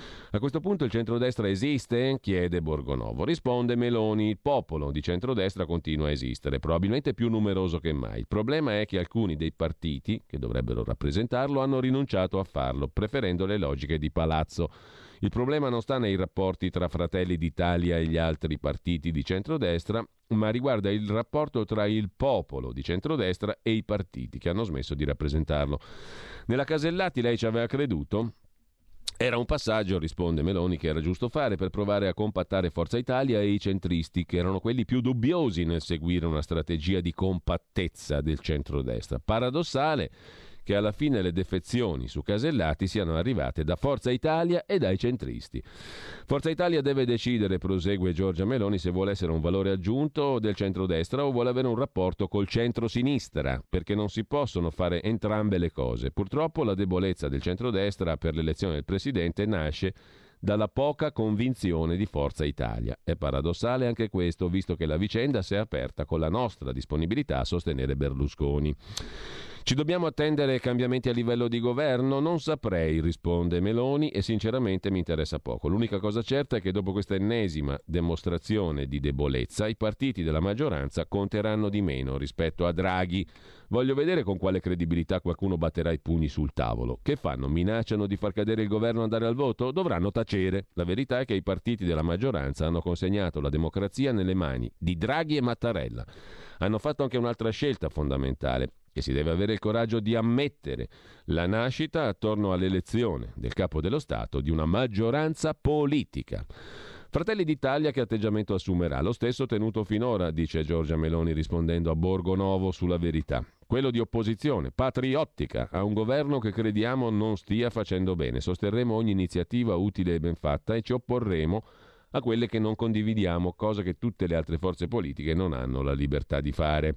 A questo punto il centrodestra esiste? Chiede Borgonovo. Risponde Meloni: il popolo di centrodestra continua a esistere, probabilmente più numeroso che mai. Il problema è che alcuni dei partiti che dovrebbero rappresentarlo hanno rinunciato a farlo, preferendo le logiche di palazzo. Il problema non sta nei rapporti tra Fratelli d'Italia e gli altri partiti di centrodestra, ma riguarda il rapporto tra il popolo di centrodestra e i partiti che hanno smesso di rappresentarlo. Nella Casellati lei ci aveva creduto? Era un passaggio, risponde Meloni, che era giusto fare per provare a compattare Forza Italia e i centristi, che erano quelli più dubbiosi nel seguire una strategia di compattezza del centrodestra. Paradossale che alla fine le defezioni su Casellati siano arrivate da Forza Italia e dai centristi. Forza Italia deve decidere, prosegue Giorgia Meloni, se vuole essere un valore aggiunto del centrodestra o vuole avere un rapporto col centro-sinistra, perché non si possono fare entrambe le cose. Purtroppo la debolezza del centrodestra per l'elezione del presidente nasce dalla poca convinzione di Forza Italia. È paradossale anche questo, visto che la vicenda si è aperta con la nostra disponibilità a sostenere Berlusconi. Ci dobbiamo attendere cambiamenti a livello di governo? Non saprei, risponde Meloni, e sinceramente mi interessa poco. L'unica cosa certa è che dopo questa ennesima dimostrazione di debolezza i partiti della maggioranza conteranno di meno rispetto a Draghi. Voglio vedere con quale credibilità qualcuno batterà i pugni sul tavolo. Che fanno? Minacciano di far cadere il governo e andare al voto? Dovranno tacere. La verità è che i partiti della maggioranza hanno consegnato la democrazia nelle mani di Draghi e Mattarella. Hanno fatto anche un'altra scelta fondamentale, che si deve avere il coraggio di ammettere: la nascita attorno all'elezione del capo dello Stato di una maggioranza politica. Fratelli d'Italia che atteggiamento assumerà? Lo stesso tenuto finora, dice Giorgia Meloni rispondendo a Borgonovo sulla Verità. Quello di opposizione patriottica a un governo che crediamo non stia facendo bene. Sosterremo ogni iniziativa utile e ben fatta e ci opporremo a quelle che non condividiamo, cosa che tutte le altre forze politiche non hanno la libertà di fare.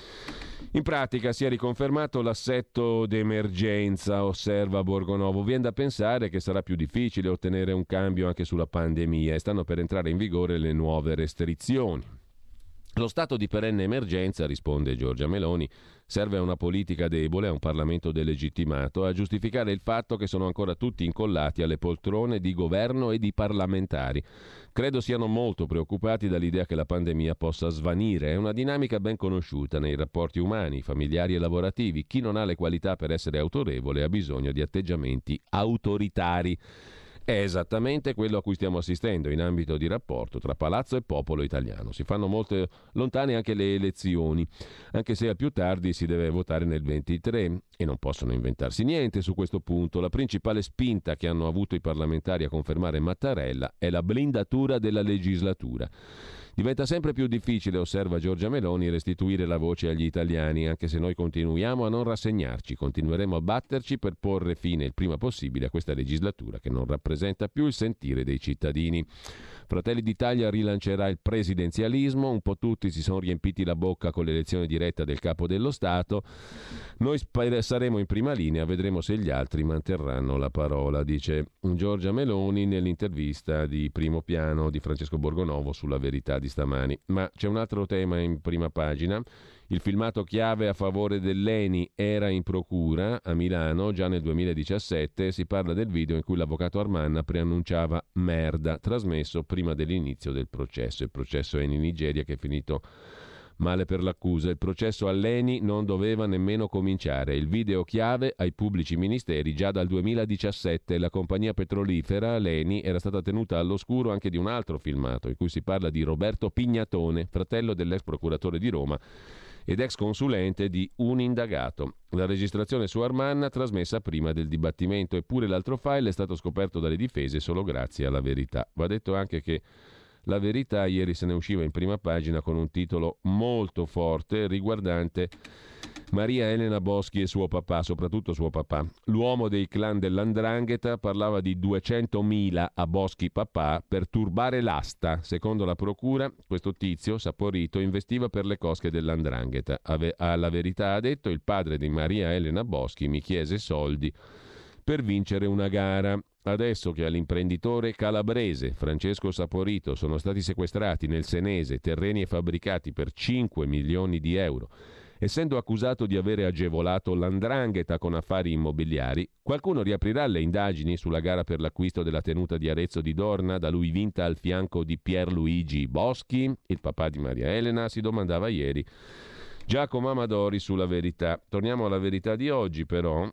In pratica si è riconfermato l'assetto d'emergenza, osserva Borgonovo. Viene da pensare che sarà più difficile ottenere un cambio anche sulla pandemia e stanno per entrare in vigore le nuove restrizioni. Lo stato di perenne emergenza, risponde Giorgia Meloni, serve a una politica debole, a un Parlamento delegittimato, a giustificare il fatto che sono ancora tutti incollati alle poltrone di governo e di parlamentari. Credo siano molto preoccupati dall'idea che la pandemia possa svanire. È una dinamica ben conosciuta nei rapporti umani, familiari e lavorativi. Chi non ha le qualità per essere autorevole ha bisogno di atteggiamenti autoritari. È esattamente quello a cui stiamo assistendo in ambito di rapporto tra palazzo e popolo italiano. Si fanno molto lontane anche le elezioni, anche se al più tardi si deve votare nel ventitré e non possono inventarsi niente su questo punto. La principale spinta che hanno avuto i parlamentari a confermare Mattarella è la blindatura della legislatura. Diventa sempre più difficile, osserva Giorgia Meloni, restituire la voce agli italiani, anche se noi continuiamo a non rassegnarci, continueremo a batterci per porre fine il prima possibile a questa legislatura che non rappresenta più il sentire dei cittadini. Fratelli d'Italia rilancerà il presidenzialismo, un po' tutti si sono riempiti la bocca con l'elezione diretta del capo dello Stato. Noi saremo in prima linea, vedremo se gli altri manterranno la parola, dice Giorgia Meloni nell'intervista di Primo Piano di Francesco Borgonovo sulla Verità di stamani. Ma c'è un altro tema in prima pagina. Il filmato chiave a favore dell'E N I era in procura a Milano già nel duemiladiciassette. Si parla del video in cui l'avvocato Armanna preannunciava merda, trasmesso prima dell'inizio del processo. Il processo Eni Nigeria che è finito male per l'accusa. Il processo all'E N I non doveva nemmeno cominciare. Il video chiave ai pubblici ministeri già dal duemiladiciassette. La compagnia petrolifera, l'E N I, era stata tenuta all'oscuro anche di un altro filmato in cui si parla di Roberto Pignatone, fratello dell'ex procuratore di Roma ed ex consulente di un indagato. La registrazione su Armanna trasmessa prima del dibattimento, eppure l'altro file è stato scoperto dalle difese solo grazie alla Verità. Va detto anche che la Verità ieri se ne usciva in prima pagina con un titolo molto forte riguardante Maria Elena Boschi e suo papà, soprattutto suo papà. L'uomo dei clan dell'Andrangheta parlava di duecentomila a Boschi papà per turbare l'asta. Secondo la procura, questo tizio, Saporito, investiva per le cosche dell'Andrangheta. Ave- alla Verità ha detto: il padre di Maria Elena Boschi mi chiese soldi per vincere una gara. Adesso che all'imprenditore calabrese Francesco Saporito sono stati sequestrati nel Senese terreni e fabbricati per cinque milioni di euro, essendo accusato di avere agevolato l'Andrangheta con affari immobiliari, qualcuno riaprirà le indagini sulla gara per l'acquisto della tenuta di Arezzo di Dorna, da lui vinta al fianco di Pierluigi Boschi, il papà di Maria Elena, si domandava ieri Giacomo Amadori sulla Verità. Torniamo alla Verità di oggi però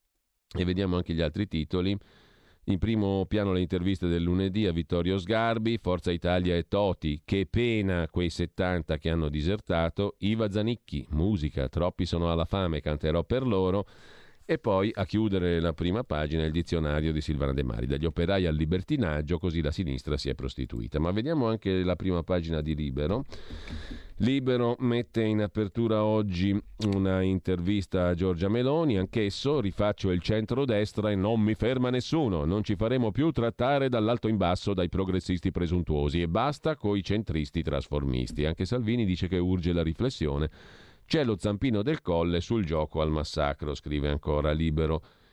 e vediamo anche gli altri titoli. In primo piano le interviste del lunedì a Vittorio Sgarbi, Forza Italia e Toti, che pena quei settanta che hanno disertato, Iva Zanicchi, musica, troppi sono alla fame, canterò per loro, e poi a chiudere la prima pagina il dizionario di Silvana De Mari, dagli operai al libertinaggio, così la sinistra si è prostituita. Ma vediamo anche la prima pagina di Libero. Libero mette in apertura oggi una intervista a Giorgia Meloni, anch'esso: rifaccio il centrodestra e non mi ferma nessuno, non ci faremo più trattare dall'alto in basso dai progressisti presuntuosi e basta coi centristi trasformisti. Anche Salvini dice che urge la riflessione. C'è lo zampino del Colle sul gioco al massacro, scrive ancora Libero.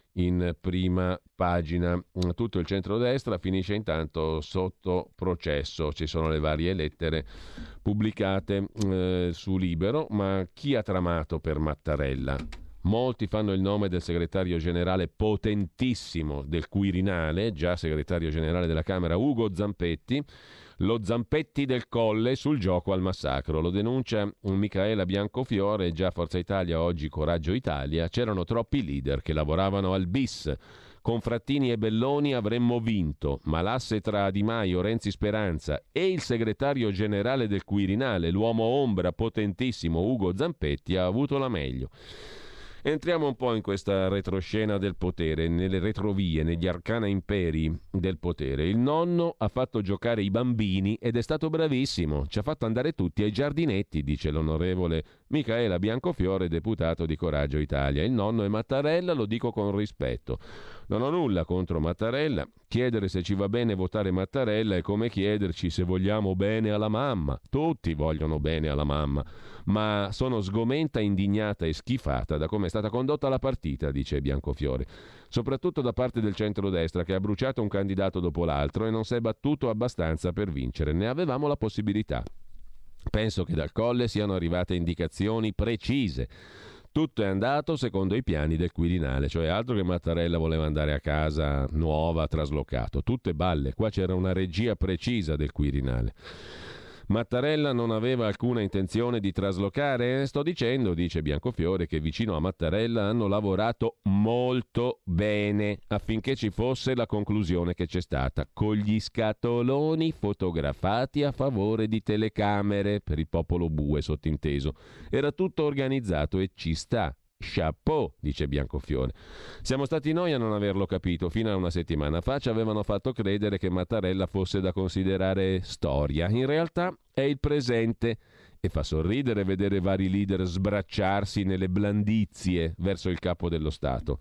in prima pagina. Tutto il centrodestra finisce intanto sotto processo, ci sono le varie lettere pubblicate eh, su Libero, ma chi ha tramato per Mattarella? Molti fanno il nome del segretario generale potentissimo del Quirinale, già segretario generale della Camera, Ugo Zampetti, lo Zampetti del Colle sul gioco al massacro. Lo denuncia Micaela Biancofiore, già Forza Italia, oggi Coraggio Italia. C'erano troppi leader che lavoravano al bis. Con Frattini e Belloni avremmo vinto, ma l'asse tra Di Maio, Renzi Speranza e il segretario generale del Quirinale, l'uomo ombra potentissimo Ugo Zampetti, ha avuto la meglio. Entriamo un po' in questa retroscena del potere, nelle retrovie, negli arcana imperi del potere. Il nonno ha fatto giocare i bambini ed è stato bravissimo, ci ha fatto andare tutti ai giardinetti, dice l'onorevole Micaela Biancofiore, deputato di Coraggio Italia. Il nonno è Mattarella, lo dico con rispetto. Non ho nulla contro Mattarella. Chiedere se ci va bene votare Mattarella è come chiederci se vogliamo bene alla mamma. Tutti vogliono bene alla mamma, ma sono sgomenta, indignata e schifata da come è stata condotta la partita, dice Biancofiore, soprattutto da parte del centrodestra, che ha bruciato un candidato dopo l'altro e non si è battuto abbastanza per vincere. Ne avevamo la possibilità. Penso che dal Colle siano arrivate indicazioni precise. Tutto è andato secondo i piani del Quirinale, cioè altro che Mattarella voleva andare a casa nuova, traslocato. Tutte balle, qua c'era una regia precisa del Quirinale. Mattarella non aveva alcuna intenzione di traslocare? Sto dicendo, dice Biancofiore, che vicino a Mattarella hanno lavorato molto bene affinché ci fosse la conclusione che c'è stata, con gli scatoloni fotografati a favore di telecamere, per il popolo bue sottinteso. Era tutto organizzato e ci sta. Chapeau, dice Biancofiore. Siamo stati noi a non averlo capito. Fino a una settimana fa ci avevano fatto credere che Mattarella fosse da considerare storia. In realtà è il presente e fa sorridere vedere vari leader sbracciarsi nelle blandizie verso il capo dello Stato.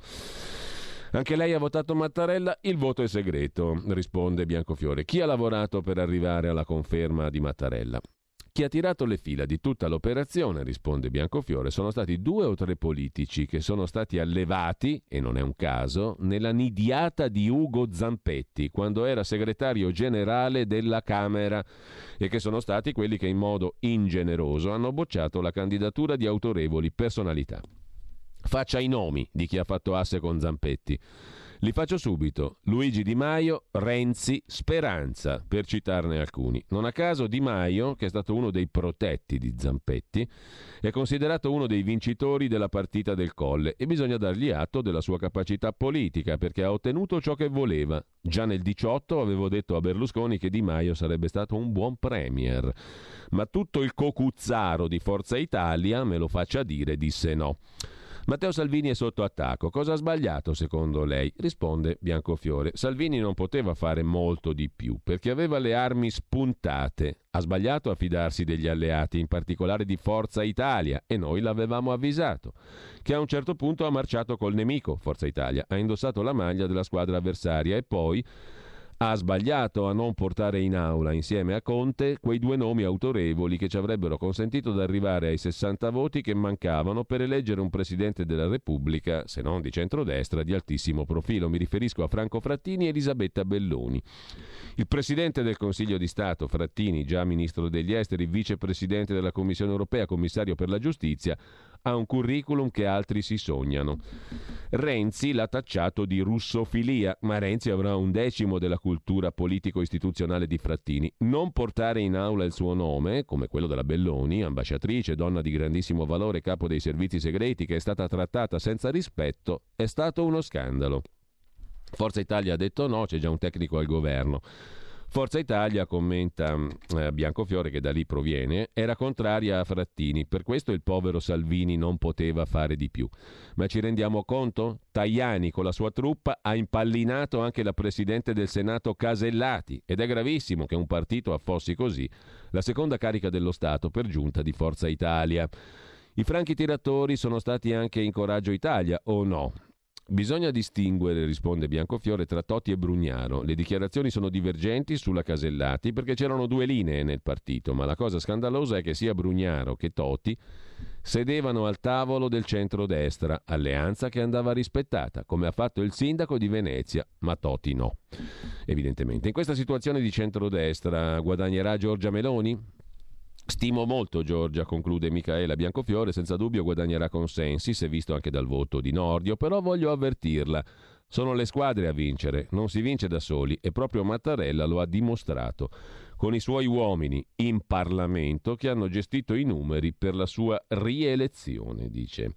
Anche lei ha votato Mattarella? Il voto è segreto, risponde Biancofiore. Chi ha lavorato per arrivare alla conferma di Mattarella? Chi ha tirato le fila di tutta l'operazione, risponde Biancofiore, sono stati due o tre politici che sono stati allevati, e non è un caso, nella nidiata di Ugo Zampetti, quando era segretario generale della Camera, e che sono stati quelli che in modo ingeneroso hanno bocciato la candidatura di autorevoli personalità. Faccia i nomi di chi ha fatto asse con Zampetti. Li faccio subito: Luigi Di Maio, Renzi, Speranza, per citarne alcuni. Non a caso Di Maio, che è stato uno dei protetti di Zampetti, è considerato uno dei vincitori della partita del Colle e bisogna dargli atto della sua capacità politica, perché ha ottenuto ciò che voleva. Già nel diciotto avevo detto a Berlusconi che Di Maio sarebbe stato un buon premier, ma tutto il cocuzzaro di Forza Italia, me lo faccia dire, disse no. Matteo Salvini è sotto attacco. Cosa ha sbagliato secondo lei? Risponde Biancofiore. Salvini non poteva fare molto di più perché aveva le armi spuntate. Ha sbagliato a fidarsi degli alleati, in particolare di Forza Italia, e noi l'avevamo avvisato, che a un certo punto ha marciato col nemico. Forza Italia ha indossato la maglia della squadra avversaria e poi ha sbagliato a non portare in aula insieme a Conte quei due nomi autorevoli che ci avrebbero consentito di arrivare ai sessanta voti che mancavano per eleggere un Presidente della Repubblica, se non di centrodestra, di altissimo profilo. Mi riferisco a Franco Frattini e Elisabetta Belloni. Il Presidente del Consiglio di Stato, Frattini, già Ministro degli Esteri, Vicepresidente della Commissione Europea, Commissario per la Giustizia, ha un curriculum che altri si sognano. Renzi l'ha tacciato di russofilia, ma Renzi avrà un decimo della cultura politico-istituzionale di Frattini. Non portare in aula il suo nome, come quello della Belloni, ambasciatrice, donna di grandissimo valore, capo dei servizi segreti, che è stata trattata senza rispetto, è stato uno scandalo. Forza Italia ha detto no, c'è già un tecnico al governo. Forza Italia, commenta eh, Biancofiore, che da lì proviene, era contraria a Frattini, per questo il povero Salvini non poteva fare di più. Ma ci rendiamo conto? Tajani con la sua truppa ha impallinato anche la Presidente del Senato Casellati, ed è gravissimo che un partito affossi così la seconda carica dello Stato, per giunta di Forza Italia. I franchi tiratori sono stati anche in Coraggio Italia, o no? Bisogna distinguere, risponde Biancofiore, tra Toti e Brugnaro. Le dichiarazioni sono divergenti sulla Casellati perché c'erano due linee nel partito, ma la cosa scandalosa è che sia Brugnaro che Toti sedevano al tavolo del centrodestra, alleanza che andava rispettata, come ha fatto il sindaco di Venezia, ma Toti no. Evidentemente. In questa situazione di centrodestra guadagnerà Giorgia Meloni? Stimo molto Giorgia, conclude Micaela Biancofiore, senza dubbio guadagnerà consensi, se visto anche dal voto di Nordio, però voglio avvertirla. Sono le squadre a vincere, non si vince da soli e proprio Mattarella lo ha dimostrato con i suoi uomini in Parlamento che hanno gestito i numeri per la sua rielezione, dice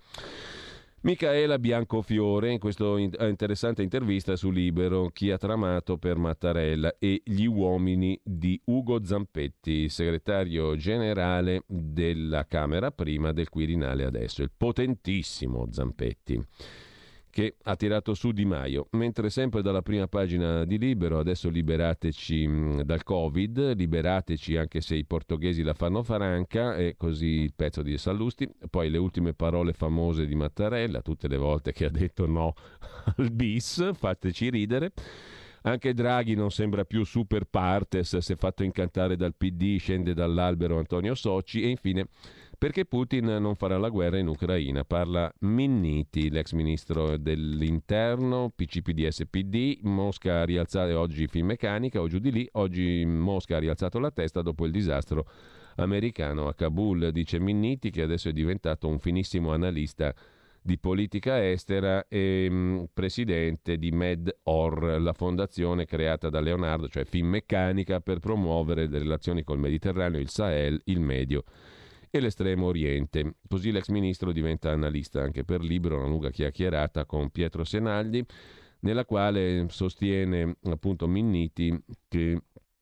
Micaela Biancofiore in questa interessante intervista su Libero, chi ha tramato per Mattarella e gli uomini di Ugo Zampetti, segretario generale della Camera prima, del Quirinale adesso, il potentissimo Zampetti, che ha tirato su Di Maio, mentre sempre dalla prima pagina di Libero, adesso liberateci dal Covid, liberateci anche se i portoghesi la fanno franca, e così il pezzo di Sallusti, poi le ultime parole famose di Mattarella, tutte le volte che ha detto no al bis, fateci ridere. Anche Draghi non sembra più super partes, si è fatto incantare dal P D, scende dall'albero Antonio Socci, e infine perché Putin non farà la guerra in Ucraina. Parla Minniti, l'ex ministro dell'interno, P C P D S P D, Mosca ha rialzato oggi Finmeccanica o giù di lì, oggi Mosca ha rialzato la testa dopo il disastro americano a Kabul, dice Minniti, che adesso è diventato un finissimo analista di politica estera e mh, presidente di MedOr, la fondazione creata da Leonardo, cioè Finmeccanica, per promuovere le relazioni col Mediterraneo, il Sahel, il Medio e l'Estremo Oriente. Così l'ex ministro diventa analista anche per Libero, una lunga chiacchierata con Pietro Senaldi, nella quale sostiene appunto Minniti che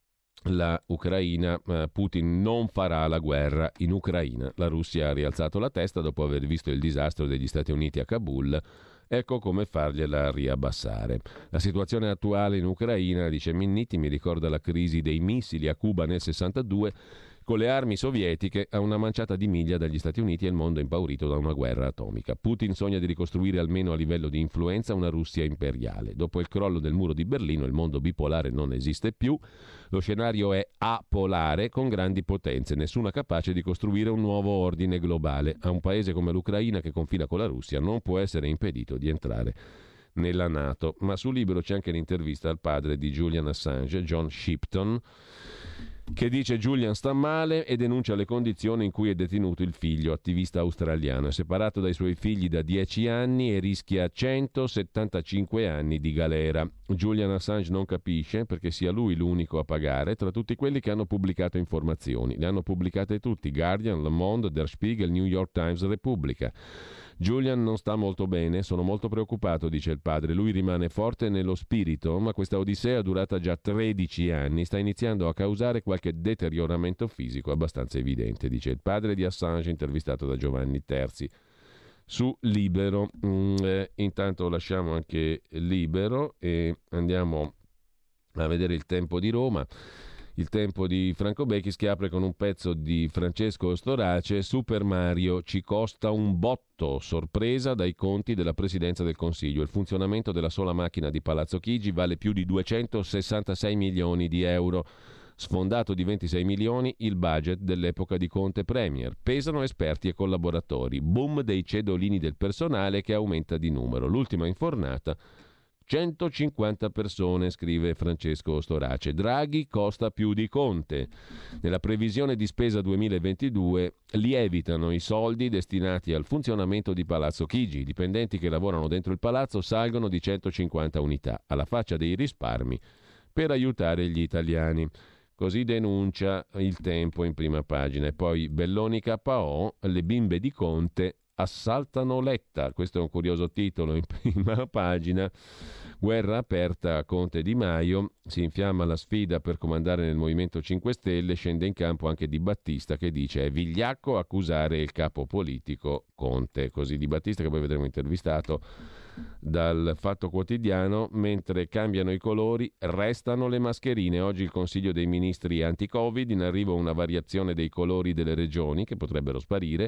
la Ucraina, eh, Putin non farà la guerra in Ucraina. La Russia ha rialzato la testa dopo aver visto il disastro degli Stati Uniti a Kabul. Ecco come fargliela riabbassare. La situazione attuale in Ucraina, dice Minniti, mi ricorda la crisi dei missili a Cuba nel sessantadue, con le armi sovietiche a una manciata di miglia dagli Stati Uniti e il mondo impaurito da una guerra atomica. Putin sogna di ricostruire almeno a livello di influenza una Russia imperiale. Dopo il crollo del muro di Berlino il mondo bipolare non esiste più, lo scenario è apolare con grandi potenze, nessuna capace di costruire un nuovo ordine globale. A un paese come l'Ucraina che confina con la Russia non può essere impedito di entrare nella NATO. Ma su Libero c'è anche l'intervista al padre di Julian Assange, John Shipton, che dice Julian sta male e denuncia le condizioni in cui è detenuto il figlio, attivista australiano. È separato dai suoi figli da dieci anni e rischia centosettantacinque anni di galera. Julian Assange non capisce perché sia lui l'unico a pagare tra tutti quelli che hanno pubblicato informazioni. Le hanno pubblicate tutti: Guardian, Le Monde, Der Spiegel, New York Times, Repubblica. Julian non sta molto bene, sono molto preoccupato, dice il padre. Lui rimane forte nello spirito, ma questa odissea durata già tredici anni, sta iniziando a causare qualche deterioramento fisico abbastanza evidente, dice il padre di Assange, intervistato da Giovanni Terzi su Libero. Mm, eh, intanto lasciamo anche Libero e andiamo a vedere il Tempo di Roma. Il Tempo di Franco Bechis, che apre con un pezzo di Francesco Storace: Super Mario ci costa un botto, sorpresa dai conti della Presidenza del Consiglio. Il funzionamento della sola macchina di Palazzo Chigi vale più di duecentosessantasei milioni di euro. Sfondato di ventisei milioni il budget dell'epoca di Conte Premier. Pesano esperti e collaboratori. Boom dei cedolini del personale che aumenta di numero. L'ultima infornata: centocinquanta persone, scrive Francesco Storace. Draghi costa più di Conte. Nella previsione di spesa duemilaventidue lievitano i soldi destinati al funzionamento di Palazzo Chigi. I dipendenti che lavorano dentro il palazzo salgono di centocinquanta unità, alla faccia dei risparmi per aiutare gli italiani. Così denuncia il Tempo in prima pagina. E poi Belloni K O, le bimbe di Conte assaltano Letta. Questo è un curioso titolo in prima pagina. Guerra aperta a Conte Di Maio, si infiamma la sfida per comandare nel Movimento cinque Stelle, scende in campo anche Di Battista che dice è vigliacco accusare il capo politico Conte. Così Di Battista, che poi vedremo intervistato dal Fatto Quotidiano. Mentre cambiano i colori, restano le mascherine. Oggi il Consiglio dei Ministri anti-Covid, in arrivo una variazione dei colori delle regioni che potrebbero sparire.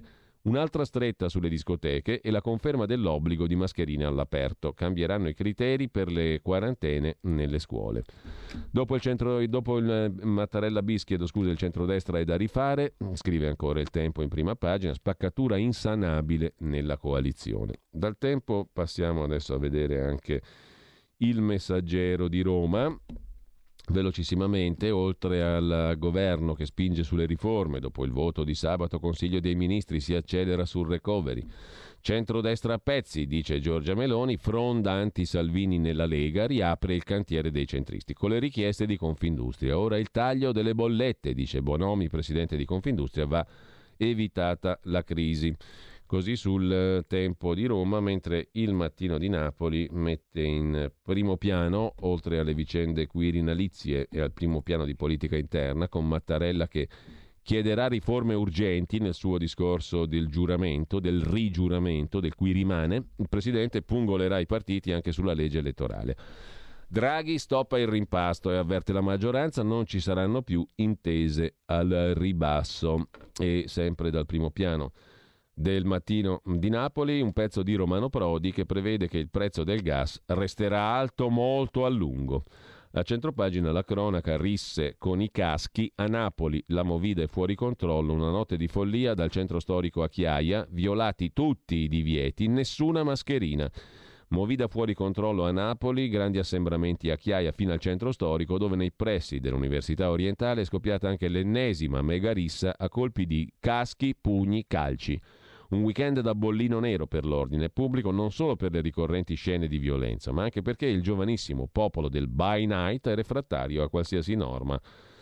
Un'altra stretta sulle discoteche e la conferma dell'obbligo di mascherine all'aperto. Cambieranno i criteri per le quarantene nelle scuole. Dopo il, centro, dopo il Mattarella bis, chiedo scusa, il centrodestra è da rifare, scrive ancora il Tempo in prima pagina, spaccatura insanabile nella coalizione. Dal Tempo passiamo adesso a vedere anche il Messaggero di Roma. Velocissimamente, oltre al governo che spinge sulle riforme, dopo il voto di sabato Consiglio dei Ministri si accelera sul recovery. Centrodestra a pezzi, dice Giorgia Meloni, fronda anti-Salvini nella Lega, riapre il cantiere dei centristi con le richieste di Confindustria. Ora il taglio delle bollette, dice Bonomi, presidente di Confindustria, va evitata la crisi. Così sul Tempo di Roma, mentre il Mattino di Napoli mette in primo piano, oltre alle vicende quirinalizie e al primo piano di politica interna, con Mattarella che chiederà riforme urgenti nel suo discorso del giuramento, del rigiuramento, del cui rimane, il Presidente pungolerà i partiti anche sulla legge elettorale. Draghi stoppa il rimpasto e avverte la maggioranza, non ci saranno più intese al ribasso. E sempre dal primo piano del Mattino di Napoli, un pezzo di Romano Prodi che prevede che il prezzo del gas resterà alto molto a lungo. A centropagina la cronaca, risse con i caschi, a Napoli la movida è fuori controllo, una notte di follia dal centro storico a Chiaia, violati tutti i divieti, nessuna mascherina. Movida fuori controllo a Napoli, grandi assembramenti a Chiaia fino al centro storico, dove nei pressi dell'Università Orientale è scoppiata anche l'ennesima mega rissa a colpi di caschi, pugni, calci. Un weekend da bollino nero per l'ordine pubblico, non solo per le ricorrenti scene di violenza, ma anche perché il giovanissimo popolo del by night è refrattario a qualsiasi norma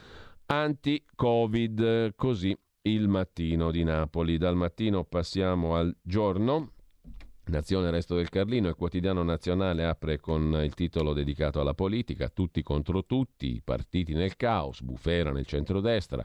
anti-Covid. Così il Mattino di Napoli. Dal Mattino passiamo al Giorno. Nazione, Resto del Carlino, il quotidiano nazionale apre con il titolo dedicato alla politica, tutti contro tutti, i partiti nel caos, bufera nel centrodestra,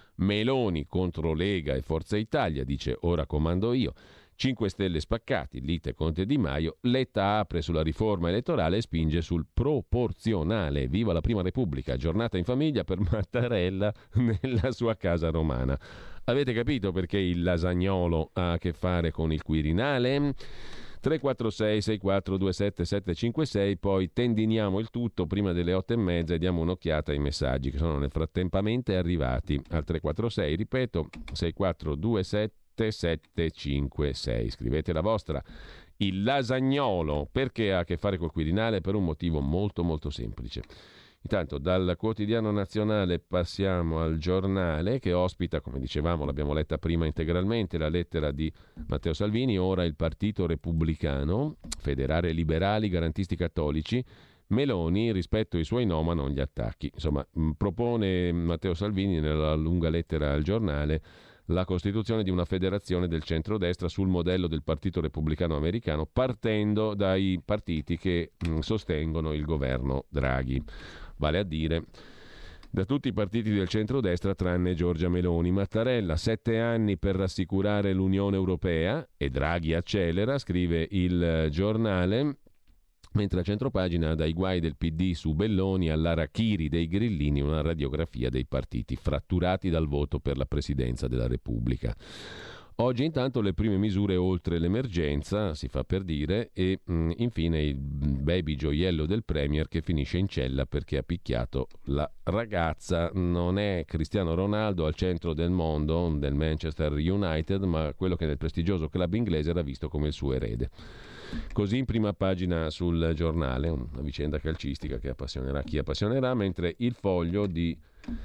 Meloni contro Lega e Forza Italia, dice ora comando io, cinque Stelle spaccati, lite Conte Di Maio, Letta apre sulla riforma elettorale e spinge sul proporzionale, viva la Prima Repubblica, giornata in famiglia per Mattarella nella sua casa romana. Avete capito perché il lasagnolo ha a che fare con il Quirinale? tre quattro sei sei quattro due sette sette cinque sei, poi tendiniamo il tutto prima delle otto e mezza e diamo un'occhiata ai messaggi che sono nel frattempamente arrivati al tre quattro sei, ripeto, sei quattro due sette sette cinque sei. Scrivete la vostra. Il lasagnolo, perché ha a che fare col Quirinale? Per un motivo molto molto semplice. Intanto dal Quotidiano Nazionale passiamo al Giornale che ospita, come dicevamo, l'abbiamo letta prima integralmente, la lettera di Matteo Salvini, ora il Partito Repubblicano, federale liberali, garantisti cattolici, Meloni rispetto ai suoi no ma non gli attacchi. Insomma, propone Matteo Salvini nella lunga lettera al Giornale la costituzione di una federazione del centrodestra sul modello del Partito Repubblicano americano, partendo dai partiti che mh, sostengono il governo Draghi. Vale a dire da tutti i partiti del centrodestra tranne Giorgia Meloni. Mattarella, sette anni per rassicurare l'Unione Europea e Draghi accelera, scrive il Giornale, mentre a centropagina dai guai del P D su Belloni all'Arachiri dei grillini una radiografia dei partiti fratturati dal voto per la presidenza della Repubblica. Oggi intanto le prime misure oltre l'emergenza, si fa per dire, e mh, infine il baby gioiello del Premier che finisce in cella perché ha picchiato la ragazza. Non è Cristiano Ronaldo al centro del mondo del Manchester United, ma quello che nel prestigioso club inglese era visto come il suo erede. Così in prima pagina sul Giornale, una vicenda calcistica che appassionerà chi appassionerà, mentre il Foglio di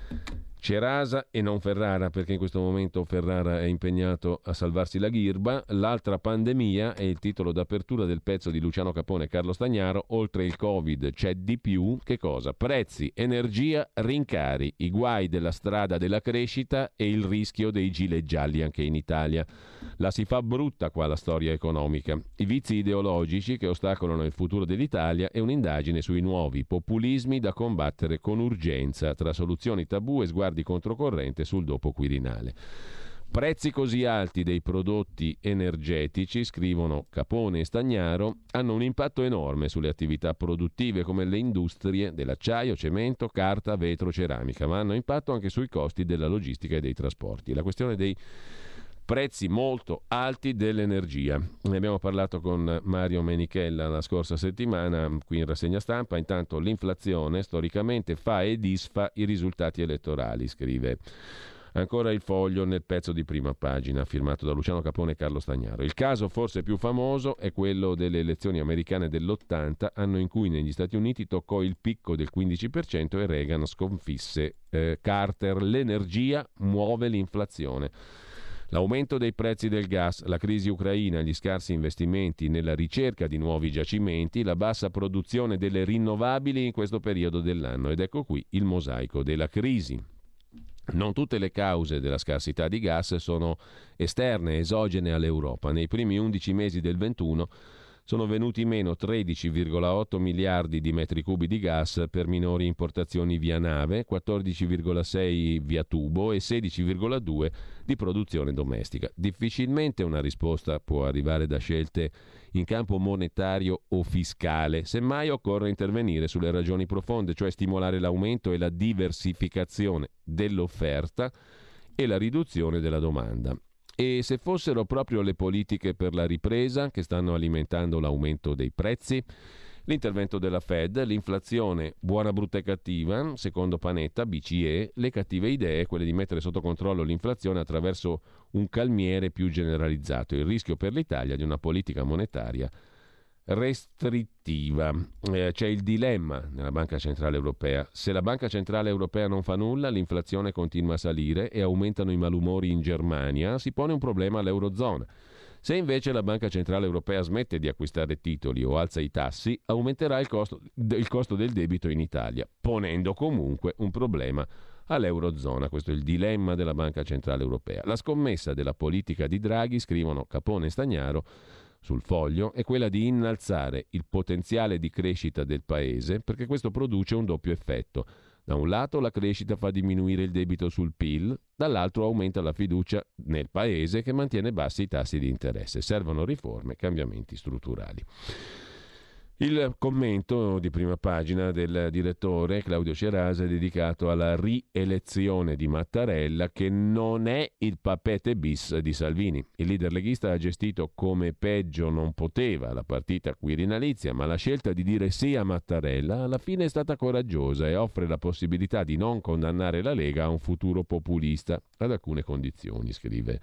Cerasa e non Ferrara, perché in questo momento Ferrara è impegnato a salvarsi la ghirba. L'altra pandemia è il titolo d'apertura del pezzo di Luciano Capone e Carlo Stagnaro. Oltre il Covid c'è di più. Che cosa? Prezzi, energia, rincari, i guai della strada della crescita e il rischio dei gilet gialli anche in Italia. La si fa brutta qua la storia economica. I vizi ideologici che ostacolano il futuro dell'Italia e un'indagine sui nuovi populismi da combattere con urgenza tra soluzioni tabù e sguardi di controcorrente sul dopo Quirinale. Prezzi così alti dei prodotti energetici, scrivono Capone e Stagnaro, hanno un impatto enorme sulle attività produttive come le industrie dell'acciaio, cemento, carta, vetro, ceramica, ma hanno impatto anche sui costi della logistica e dei trasporti. La questione dei prezzi molto alti dell'energia. Ne abbiamo parlato con Mario Menichella la scorsa settimana qui in rassegna stampa. Intanto l'inflazione storicamente fa e disfa i risultati elettorali, scrive ancora il Foglio nel pezzo di prima pagina firmato da Luciano Capone e Carlo Stagnaro. Il caso forse più famoso è quello delle elezioni americane dell'ottanta, anno in cui negli Stati Uniti toccò il picco del quindici per cento e Reagan sconfisse eh, Carter. L'energia muove l'inflazione. L'aumento dei prezzi del gas, la crisi ucraina, gli scarsi investimenti nella ricerca di nuovi giacimenti, la bassa produzione delle rinnovabili in questo periodo dell'anno. Ed ecco qui il mosaico della crisi. Non tutte le cause della scarsità di gas sono esterne, esogene all'Europa. Nei primi undici mesi del ventuno sono venuti meno tredici virgola otto miliardi di metri cubi di gas per minori importazioni via nave, quattordici virgola sei via tubo e sedici virgola due di produzione domestica. Difficilmente una risposta può arrivare da scelte in campo monetario o fiscale. Semmai occorre intervenire sulle ragioni profonde, cioè stimolare l'aumento e la diversificazione dell'offerta e la riduzione della domanda. E se fossero proprio le politiche per la ripresa che stanno alimentando l'aumento dei prezzi? L'intervento della Fed, l'inflazione buona, brutta e cattiva, secondo Panetta, B C E, le cattive idee, quelle di mettere sotto controllo l'inflazione attraverso un calmiere più generalizzato, il rischio per l'Italia di una politica monetaria restrittiva. Eh, c'è il dilemma nella Banca Centrale Europea. Se la Banca Centrale Europea non fa nulla, l'inflazione continua a salire e aumentano i malumori in Germania, si pone un problema all'Eurozona. Se invece la Banca Centrale Europea smette di acquistare titoli o alza i tassi, aumenterà il costo, il costo del debito in Italia, ponendo comunque un problema all'Eurozona. Questo è il dilemma della Banca Centrale Europea. La scommessa della politica di Draghi, scrivono Capone e Stagnaro sul Foglio, è quella di innalzare il potenziale di crescita del paese, perché questo produce un doppio effetto. Da un lato la crescita fa diminuire il debito sul P I L, dall'altro aumenta la fiducia nel paese che mantiene bassi i tassi di interesse. Servono riforme, cambiamenti strutturali. Il commento di prima pagina del direttore Claudio Cerasa è dedicato alla rielezione di Mattarella, che non è il papete bis di Salvini. Il leader leghista ha gestito come peggio non poteva la partita quirinalizia, ma la scelta di dire sì a Mattarella alla fine è stata coraggiosa e offre la possibilità di non condannare la Lega a un futuro populista ad alcune condizioni, scrive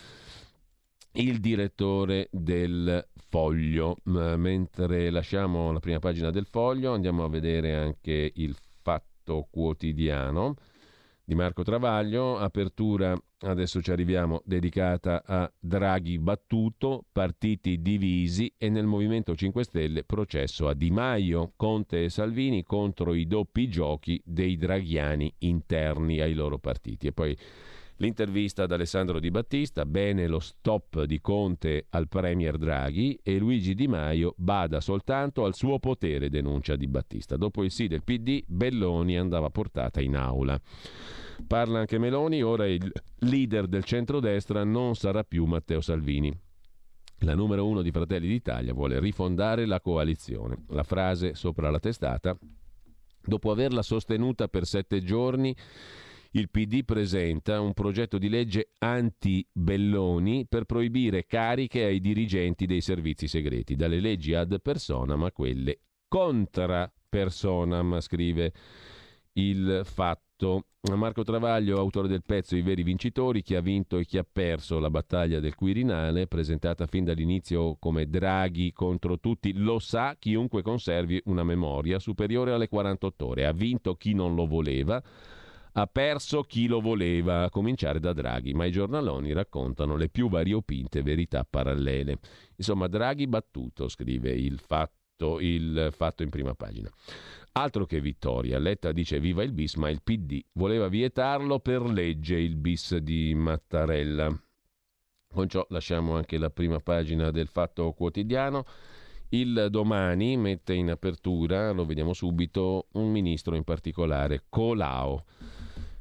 il direttore del Foglio. Mentre lasciamo la prima pagina del Foglio, andiamo a vedere anche il Fatto Quotidiano di Marco Travaglio. Apertura, adesso ci arriviamo, dedicata a Draghi battuto, partiti divisi e nel Movimento cinque Stelle processo a Di Maio, Conte e Salvini contro i doppi giochi dei draghiani interni ai loro partiti. E poi l'intervista ad Alessandro Di Battista, bene lo stop di Conte al premier Draghi e Luigi Di Maio bada soltanto al suo potere, denuncia Di Battista. Dopo il sì del P D, Belloni andava portata in aula. Parla anche Meloni, ora il leader del centrodestra non sarà più Matteo Salvini. La numero uno di Fratelli d'Italia vuole rifondare la coalizione. La frase sopra la testata: dopo averla sostenuta per sette giorni, il P D presenta un progetto di legge anti-Belloni per proibire cariche ai dirigenti dei servizi segreti, dalle leggi ad personam a quelle contra personam, scrive il Fatto. Marco Travaglio, autore del pezzo I veri vincitori, chi ha vinto e chi ha perso la battaglia del Quirinale, presentata fin dall'inizio come Draghi contro tutti, lo sa chiunque conservi una memoria superiore alle quarantotto ore. Ha vinto chi non lo voleva, ha perso chi lo voleva, a cominciare da Draghi, ma i giornaloni raccontano le più variopinte verità parallele. Insomma, Draghi battuto, scrive il fatto, il fatto in prima pagina. Altro che vittoria, Letta dice viva il bis, ma il P D voleva vietarlo per legge, il bis di Mattarella. Con ciò lasciamo anche la prima pagina del Fatto Quotidiano. Il Domani mette in apertura, lo vediamo subito, un ministro in particolare, Colao.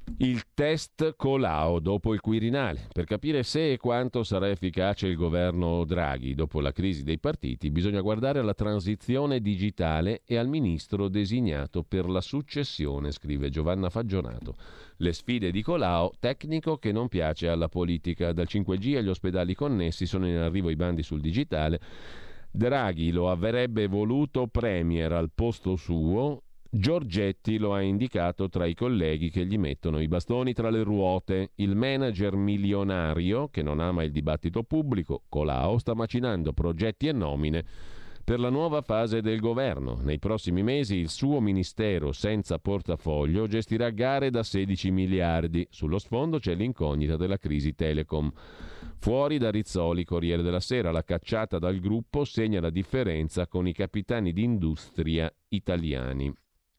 Il test Colao dopo il Quirinale. Per capire se e quanto sarà efficace il governo Draghi dopo la crisi dei partiti, bisogna guardare alla transizione digitale e al ministro designato per la successione, scrive Giovanna Faggionato. Le sfide di Colao, tecnico che non piace alla politica. Dal cinque G agli ospedali connessi sono in arrivo i bandi sul digitale. Draghi lo avrebbe voluto premier al posto suo. Giorgetti lo ha indicato tra i colleghi che gli mettono i bastoni tra le ruote. Il manager milionario, che non ama il dibattito pubblico, Colao, sta macinando progetti e nomine per la nuova fase del governo. Nei prossimi mesi il suo ministero senza portafoglio gestirà gare da sedici miliardi. Sullo sfondo c'è l'incognita della crisi Telecom. Fuori da Rizzoli, Corriere della Sera, la cacciata dal gruppo segna la differenza con i capitani d'industria italiani.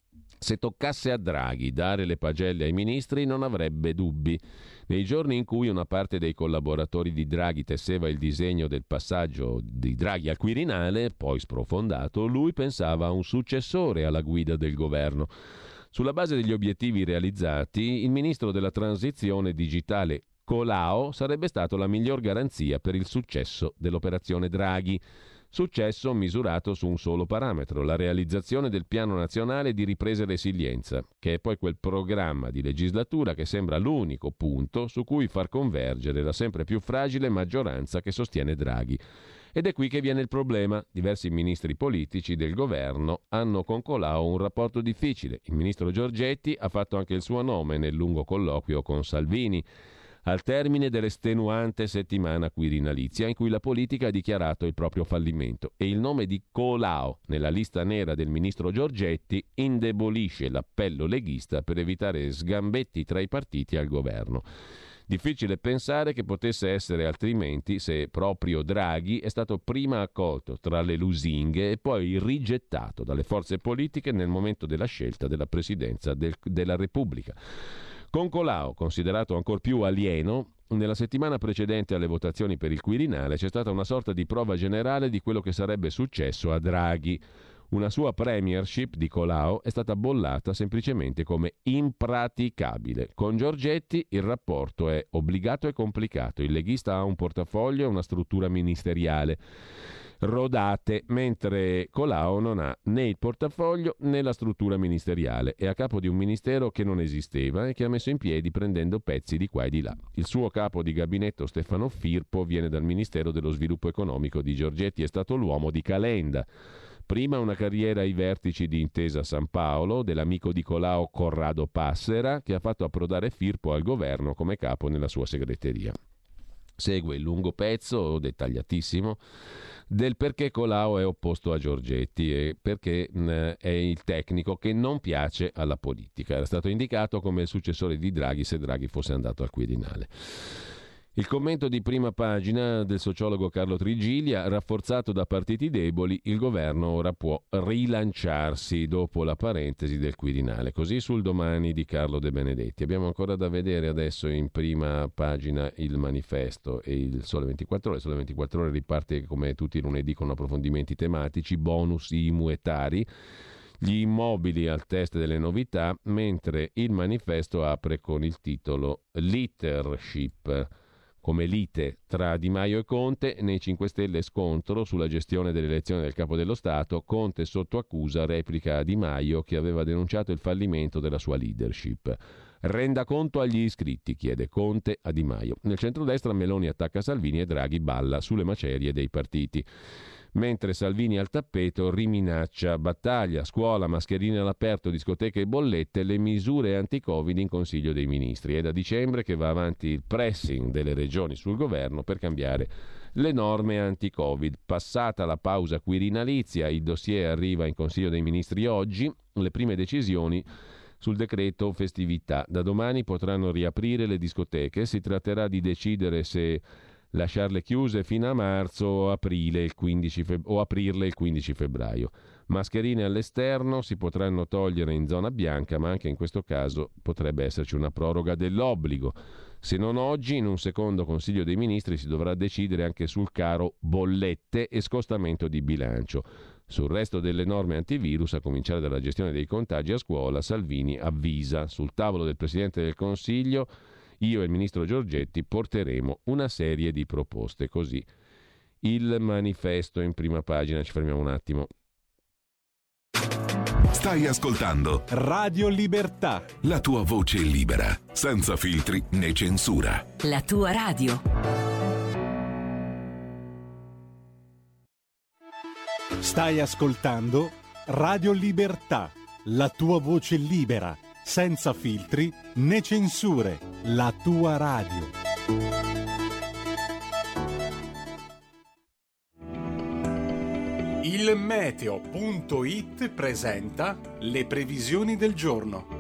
Se toccasse a Draghi dare le pagelle ai ministri non avrebbe dubbi. Nei giorni in cui una parte dei collaboratori di Draghi tesseva il disegno del passaggio di Draghi al Quirinale, poi sprofondato, lui pensava a un successore alla guida del governo. Sulla base degli obiettivi realizzati, il ministro della transizione digitale Colao sarebbe stato la miglior garanzia per il successo dell'operazione Draghi. Successo misurato su un solo parametro, la realizzazione del Piano Nazionale di Ripresa e Resilienza, che è poi quel programma di legislatura che sembra l'unico punto su cui far convergere la sempre più fragile maggioranza che sostiene Draghi. Ed è qui che viene il problema. Diversi ministri politici del governo hanno con Colao un rapporto difficile. Il ministro Giorgetti ha fatto anche il suo nome nel lungo colloquio con Salvini, al termine dell'estenuante settimana quirinalizia in cui la politica ha dichiarato il proprio fallimento, e il nome di Colao nella lista nera del ministro Giorgetti indebolisce l'appello leghista per evitare sgambetti tra i partiti al governo. Difficile pensare che potesse essere altrimenti se proprio Draghi è stato prima accolto tra le lusinghe e poi rigettato dalle forze politiche nel momento della scelta della presidenza del, della Repubblica. Con Colao, considerato ancor più alieno, nella settimana precedente alle votazioni per il Quirinale c'è stata una sorta di prova generale di quello che sarebbe successo a Draghi. Una sua premiership di Colao è stata bollata semplicemente come impraticabile. Con Giorgetti il rapporto è obbligato e complicato. Il leghista ha un portafoglio e una struttura ministeriale rodate, mentre Colao non ha né il portafoglio né la struttura ministeriale. È a capo di un ministero che non esisteva e che ha messo in piedi prendendo pezzi di qua e di là. Il suo capo di gabinetto Stefano Firpo viene dal Ministero dello Sviluppo Economico di Giorgetti, è stato l'uomo di Calenda. Prima una carriera ai vertici di Intesa San Paolo dell'amico di Colao Corrado Passera, che ha fatto approdare Firpo al governo come capo nella sua segreteria. Segue il lungo pezzo, dettagliatissimo, del perché Colao è opposto a Giorgetti e perché mh, è il tecnico che non piace alla politica. Era stato indicato come il successore di Draghi se Draghi fosse andato al Quirinale. Il commento di prima pagina del sociologo Carlo Trigiglia: rafforzato da partiti deboli, il governo ora può rilanciarsi dopo la parentesi del Quirinale. Così sul Domani di Carlo De Benedetti. Abbiamo ancora da vedere adesso in prima pagina il Manifesto e il Sole ventiquattro Ore. Il Sole ventiquattro Ore riparte come tutti i lunedì con approfondimenti tematici, bonus, I M U e Tari, gli immobili al test delle novità, mentre il Manifesto apre con il titolo Leadership. Come lite tra Di Maio e Conte, nei cinque Stelle scontro sulla gestione dell'elezione del Capo dello Stato. Conte sotto accusa, replica a Di Maio che aveva denunciato il fallimento della sua leadership. Renda conto agli iscritti, chiede Conte a Di Maio. Nel centrodestra Meloni attacca Salvini e Draghi balla sulle macerie dei partiti. Mentre Salvini al tappeto riminaccia battaglia, scuola, mascherine all'aperto, discoteche e bollette, le misure anti-Covid in Consiglio dei Ministri. È da dicembre che va avanti il pressing delle regioni sul governo per cambiare le norme anti-Covid. Passata la pausa quirinalizia, il dossier arriva in Consiglio dei Ministri oggi, le prime decisioni sul decreto festività. Da domani potranno riaprire le discoteche, si tratterà di decidere se lasciarle chiuse fino a marzo o, aprile il quindici feb- o aprirle il quindici febbraio. Mascherine all'esterno si potranno togliere in zona bianca, ma anche in questo caso potrebbe esserci una proroga dell'obbligo. Se non oggi, in un secondo Consiglio dei Ministri si dovrà decidere anche sul caro bollette e scostamento di bilancio. Sul resto delle norme antivirus, a cominciare dalla gestione dei contagi a scuola, Salvini avvisa: sul tavolo del Presidente del Consiglio io e il Ministro Giorgetti porteremo una serie di proposte. Così il manifesto in prima pagina. Ci fermiamo un attimo. Stai ascoltando Radio Libertà, la tua voce libera, senza filtri né censura. La tua radio. Stai ascoltando Radio Libertà, la tua voce libera, senza filtri né censure. La tua radio. Il meteo punto it presenta le previsioni del giorno.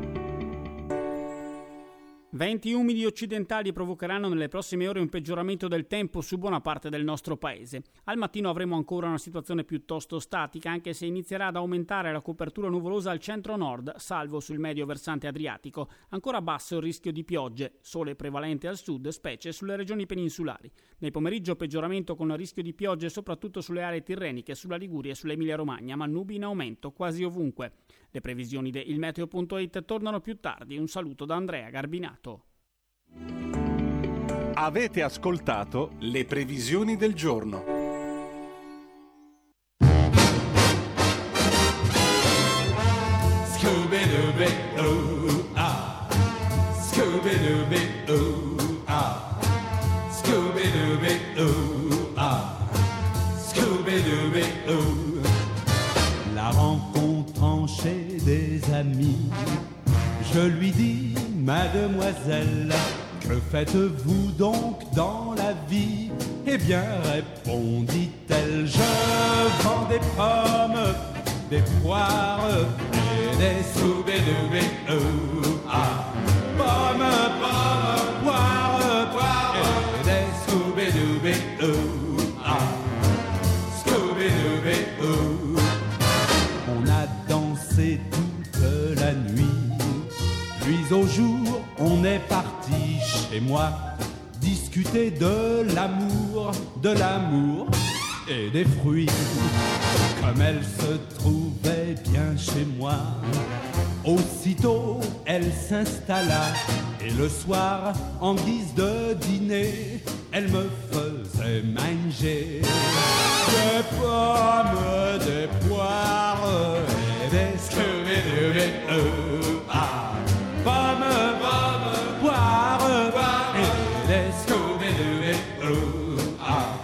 Venti umidi occidentali provocheranno nelle prossime ore un peggioramento del tempo su buona parte del nostro paese. Al mattino avremo ancora una situazione piuttosto statica, anche se inizierà ad aumentare la copertura nuvolosa al centro-nord, salvo sul medio versante adriatico. Ancora basso il rischio di piogge, sole prevalente al sud, specie sulle regioni peninsulari. Nel pomeriggio peggioramento con il rischio di piogge soprattutto sulle aree tirreniche, sulla Liguria e sull'Emilia-Romagna, ma nubi in aumento quasi ovunque. Le previsioni di il meteo punto it tornano più tardi. Un saluto da Andrea Garbinato. Avete ascoltato le previsioni del giorno. Scooby-Dooby-Ooh, ah. Scooby-Dooby-Ooh, ah. Scooby-Dooby-Ooh, ah. Scooby-Dooby-Ooh. La rencontre chez des amis, je lui dis, mademoiselle, que faites-vous donc dans la vie? Eh bien, répondit-elle, je vends des pommes, des poires et des Scooby-Dooby-Ooh, ah. Pommes, pommes, poires, poires et des Scooby-Dooby-Ooh, ah. Scooby-Dooby-Ooh. On a dansé toute la nuit, puis au jour on est parti chez moi discuter de l'amour, de l'amour et des fruits. Comme elle se trouvait bien chez moi, aussitôt elle s'installa et le soir, en guise de dîner, elle me faisait manger des pommes, des poires et des Scooby-Dooby-Ooh, ah. Pommes, pommes, poires, poires et des Scooby-Dooby-Ooh, ah.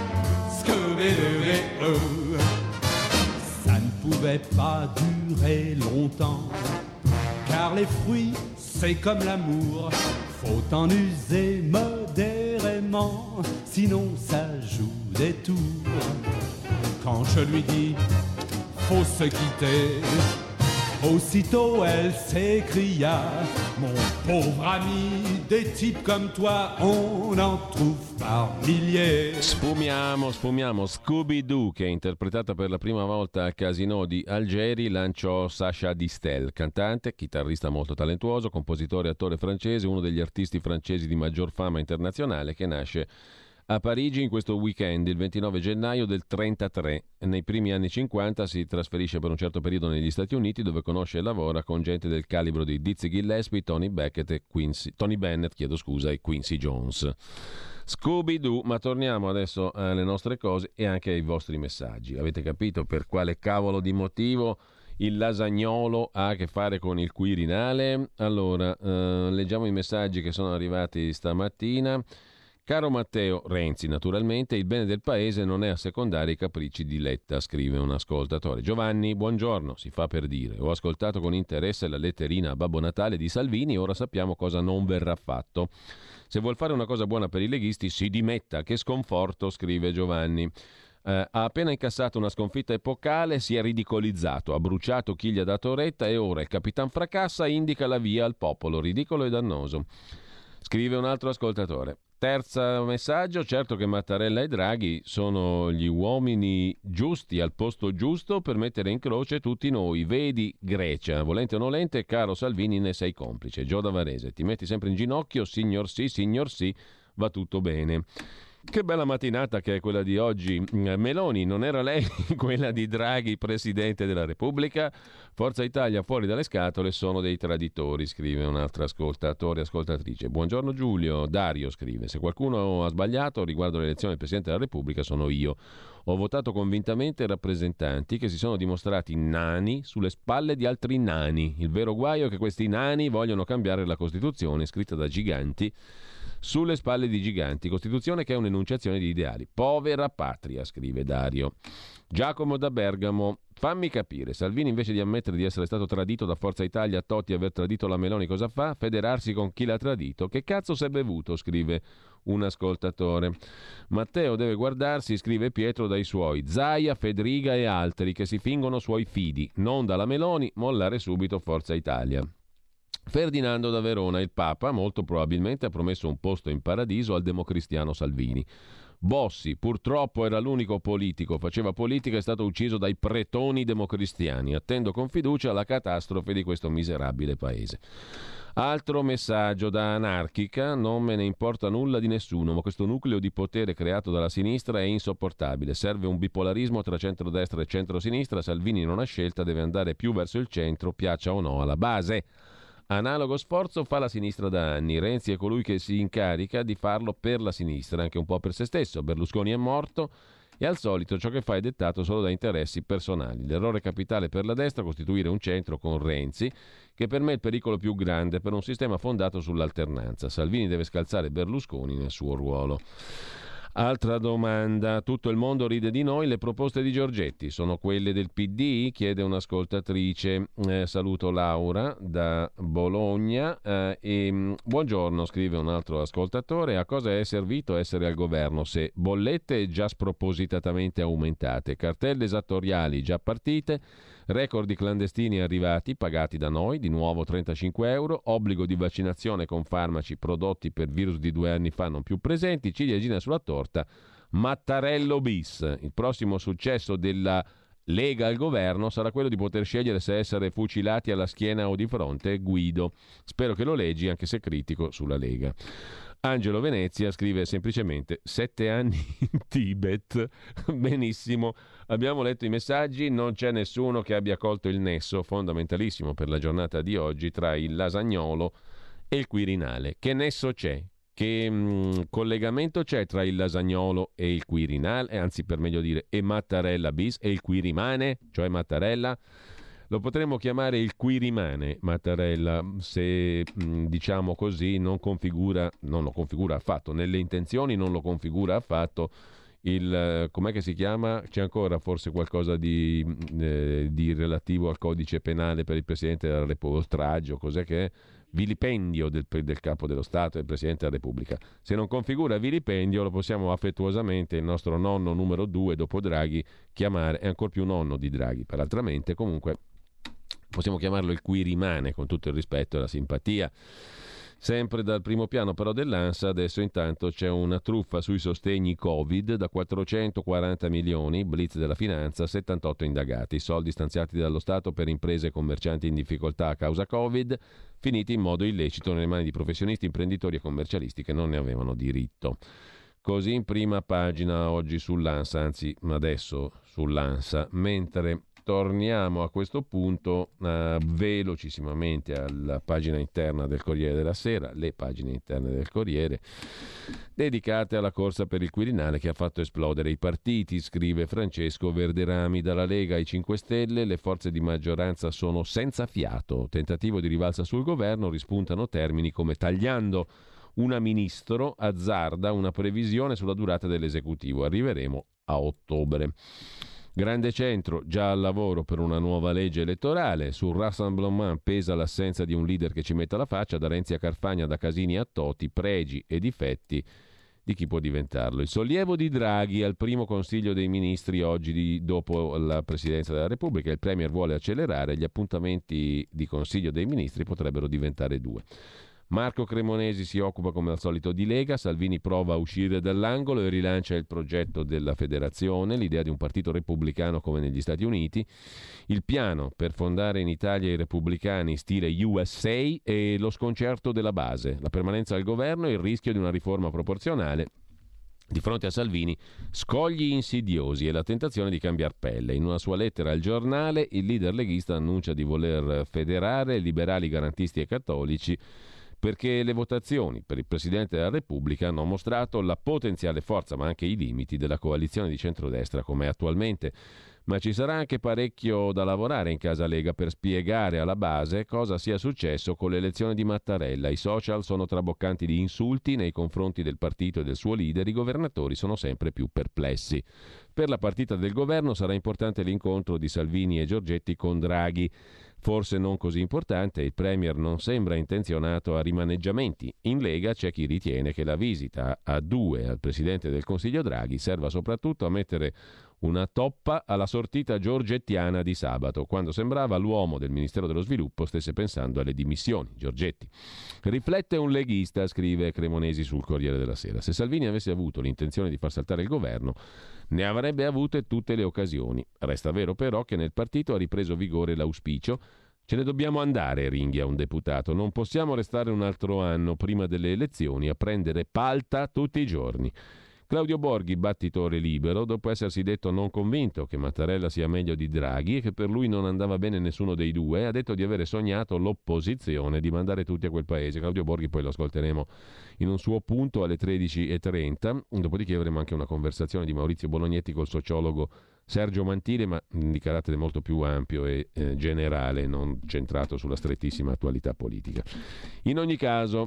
Scooby-Dooby-Ooh. Ça ne pouvait pas durer longtemps, car les fruits, c'est comme l'amour, faut en user modérément, sinon ça joue des tours. Quand je lui dis, faut se quitter, aussitôt elle s'écria, mon pauvre ami, des types comme toi, on en trouve par milliers. Sfumiamo, sfumiamo. Scooby-Doo, che interpretata per la prima volta al Casino di Algeri, lanciò Sacha Distel, cantante, chitarrista molto talentuoso, compositore e attore francese, uno degli artisti francesi di maggior fama internazionale, che nasce a Parigi in questo weekend, il ventinove gennaio del trentatré. Nei primi anni cinquanta si trasferisce per un certo periodo negli Stati Uniti, dove conosce e lavora con gente del calibro di Dizzy Gillespie, Tony Beckett e Quincy, Tony Bennett, chiedo scusa, e Quincy Jones. Scooby-Doo, ma torniamo adesso alle nostre cose e anche ai vostri messaggi. Avete capito per quale cavolo di motivo il lasagnolo ha a che fare con il Quirinale? Allora, eh, leggiamo i messaggi che sono arrivati stamattina. Caro Matteo Renzi, naturalmente il bene del paese non è assecondare i capricci di Letta, scrive un ascoltatore. Giovanni, buongiorno, si fa per dire. Ho ascoltato con interesse la letterina a Babbo Natale di Salvini, ora sappiamo cosa non verrà fatto. Se vuol fare una cosa buona per i leghisti, si dimetta, che sconforto, scrive Giovanni. Eh, ha appena incassato una sconfitta epocale, si è ridicolizzato, ha bruciato chi gli ha dato retta e ora il Capitan Fracassa indica la via al popolo, ridicolo e dannoso. Scrive un altro ascoltatore. Terzo messaggio, certo che Mattarella e Draghi sono gli uomini giusti al posto giusto per mettere in croce tutti noi. Vedi Grecia, volente o nolente, caro Salvini, ne sei complice. Gio da Varese, ti metti sempre in ginocchio, signor sì, signor sì, va tutto bene. Che bella mattinata che è quella di oggi. Meloni, non era lei quella di Draghi, Presidente della Repubblica? Forza Italia fuori dalle scatole sono dei traditori, scrive un altro ascoltatore, ascoltatrice. Buongiorno Giulio, Dario scrive: se qualcuno ha sbagliato riguardo l'elezione del Presidente della Repubblica sono io. Ho votato convintamente rappresentanti che si sono dimostrati nani sulle spalle di altri nani. Il vero guaio è che questi nani vogliono cambiare la Costituzione scritta da giganti sulle spalle di giganti, Costituzione che è un'enunciazione di ideali. Povera patria, scrive Dario. Giacomo da Bergamo: fammi capire, Salvini invece di ammettere di essere stato tradito da Forza Italia a Totti e aver tradito la Meloni cosa fa? Federarsi con chi l'ha tradito? Che cazzo si è bevuto? Scrive un ascoltatore. Matteo deve guardarsi, scrive Pietro, dai suoi Zaia, Fedriga e altri che si fingono suoi fidi, non dalla Meloni, mollare subito Forza Italia. Ferdinando da Verona: il Papa molto probabilmente ha promesso un posto in paradiso al democristiano Salvini. Bossi purtroppo era l'unico politico, faceva politica, è stato ucciso dai pretoni democristiani. Attendo con fiducia la catastrofe di questo miserabile paese. Altro messaggio da anarchica: non me ne importa nulla di nessuno, ma questo nucleo di potere creato dalla sinistra è insopportabile. Serve un bipolarismo tra centrodestra e centrosinistra. Salvini non ha scelta, deve andare più verso il centro, piaccia o no alla base. Analogo sforzo fa la sinistra da anni. Renzi è colui che si incarica di farlo per la sinistra, anche un po' per se stesso. Berlusconi è morto e al solito ciò che fa è dettato solo da interessi personali. L'errore capitale per la destra è costituire un centro con Renzi, che per me è il pericolo più grande per un sistema fondato sull'alternanza. Salvini deve scalzare Berlusconi nel suo ruolo. Altra domanda: tutto il mondo ride di noi, le proposte di Giorgetti sono quelle del P D? Chiede un'ascoltatrice. Eh, saluto Laura da Bologna. Eh, e, buongiorno, scrive un altro ascoltatore: a cosa è servito essere al governo se bollette già spropositatamente aumentate, cartelle esattoriali già partite, record di clandestini arrivati, pagati da noi, di nuovo trentacinque euro, obbligo di vaccinazione con farmaci prodotti per virus di due anni fa non più presenti, ciliegina sulla torta, Mattarello bis. Il prossimo successo della Lega al governo sarà quello di poter scegliere se essere fucilati alla schiena o di fronte. Guido. Spero che lo leggi, anche se critico sulla Lega. Angelo Venezia scrive semplicemente: sette anni in Tibet. Benissimo, abbiamo letto i messaggi, non c'è nessuno che abbia colto il nesso fondamentalissimo per la giornata di oggi tra il lasagnolo e il Quirinale. Che nesso c'è? Che mh, collegamento c'è tra il lasagnolo e il Quirinale? Anzi, per meglio dire, e Mattarella bis e il Quirimane, cioè Mattarella? Lo potremmo chiamare il Quirimane Mattarella, se mh, diciamo così non configura, non lo configura affatto, nelle intenzioni non lo configura affatto il, com'è che si chiama? C'è ancora forse qualcosa di, eh, di relativo al codice penale per il Presidente della Repubblica, oltraggio, cos'è che è? Vilipendio del, del Capo dello Stato e del Presidente della Repubblica. Se non configura vilipendio, lo possiamo affettuosamente, il nostro nonno numero due dopo Draghi, chiamare, è ancor più nonno di Draghi, per altramente comunque possiamo chiamarlo il Quirimane, con tutto il rispetto e la simpatia. Sempre dal primo piano però dell'ANSA, adesso intanto c'è una truffa sui sostegni Covid da quattrocentoquaranta milioni, blitz della finanza, settantotto indagati, soldi stanziati dallo Stato per imprese e commercianti in difficoltà a causa Covid, finiti in modo illecito nelle mani di professionisti, imprenditori e commercialisti che non ne avevano diritto. Così in prima pagina oggi sull'ANSA, anzi adesso sull'ANSA, mentre torniamo a questo punto uh, velocissimamente alla pagina interna del Corriere della Sera, le pagine interne del Corriere, dedicate alla corsa per il Quirinale che ha fatto esplodere i partiti, scrive Francesco Verderami. Dalla Lega ai cinque Stelle le forze di maggioranza sono senza fiato, tentativo di rivalsa sul governo, rispuntano termini come tagliando una ministro, azzarda una previsione sulla durata dell'esecutivo, arriveremo a ottobre. Grande centro, già al lavoro per una nuova legge elettorale. Sul Rassemblement pesa l'assenza di un leader che ci metta la faccia, da Renzi a Carfagna, da Casini a Toti, pregi e difetti di chi può diventarlo. Il sollievo di Draghi al primo Consiglio dei Ministri oggi di, dopo la Presidenza della Repubblica. Il Premier vuole accelerare, gli appuntamenti di Consiglio dei Ministri potrebbero diventare due. Marco Cremonesi si occupa come al solito di Lega, Salvini prova a uscire dall'angolo e rilancia il progetto della federazione, l'idea di un partito repubblicano come negli Stati Uniti, il piano per fondare in Italia i repubblicani stile U S A e lo sconcerto della base, la permanenza al governo e il rischio di una riforma proporzionale. Di fronte a Salvini, scogli insidiosi e la tentazione di cambiar pelle. In una sua lettera al giornale, il leader leghista annuncia di voler federare liberali, garantisti e cattolici perché le votazioni per il Presidente della Repubblica hanno mostrato la potenziale forza, ma anche i limiti della coalizione di centrodestra come è attualmente. Ma ci sarà anche parecchio da lavorare in casa Lega per spiegare alla base cosa sia successo con l'elezione di Mattarella. I social sono traboccanti di insulti nei confronti del partito e del suo leader, i governatori sono sempre più perplessi. Per la partita del governo sarà importante l'incontro di Salvini e Giorgetti con Draghi. Forse non così importante, il Premier non sembra intenzionato a rimaneggiamenti. In Lega c'è chi ritiene che la visita a due al Presidente del Consiglio Draghi serva soprattutto a mettere una toppa alla sortita giorgettiana di sabato, quando sembrava l'uomo del Ministero dello Sviluppo stesse pensando alle dimissioni. Giorgetti. Riflette un leghista, scrive Cremonesi sul Corriere della Sera. Se Salvini avesse avuto l'intenzione di far saltare il governo, ne avrebbe avute tutte le occasioni. Resta vero però che nel partito ha ripreso vigore l'auspicio: ce ne dobbiamo andare, ringhia un deputato, non possiamo restare un altro anno prima delle elezioni a prendere palta tutti i giorni. Claudio Borghi, battitore libero, dopo essersi detto non convinto che Mattarella sia meglio di Draghi e che per lui non andava bene nessuno dei due, ha detto di avere sognato l'opposizione, di mandare tutti a quel paese. Claudio Borghi poi lo ascolteremo in un suo punto alle tredici e trenta, dopodiché avremo anche una conversazione di Maurizio Bolognetti col sociologo Sergio Mantile, ma di carattere molto più ampio e eh, generale, non centrato sulla strettissima attualità politica. In ogni caso,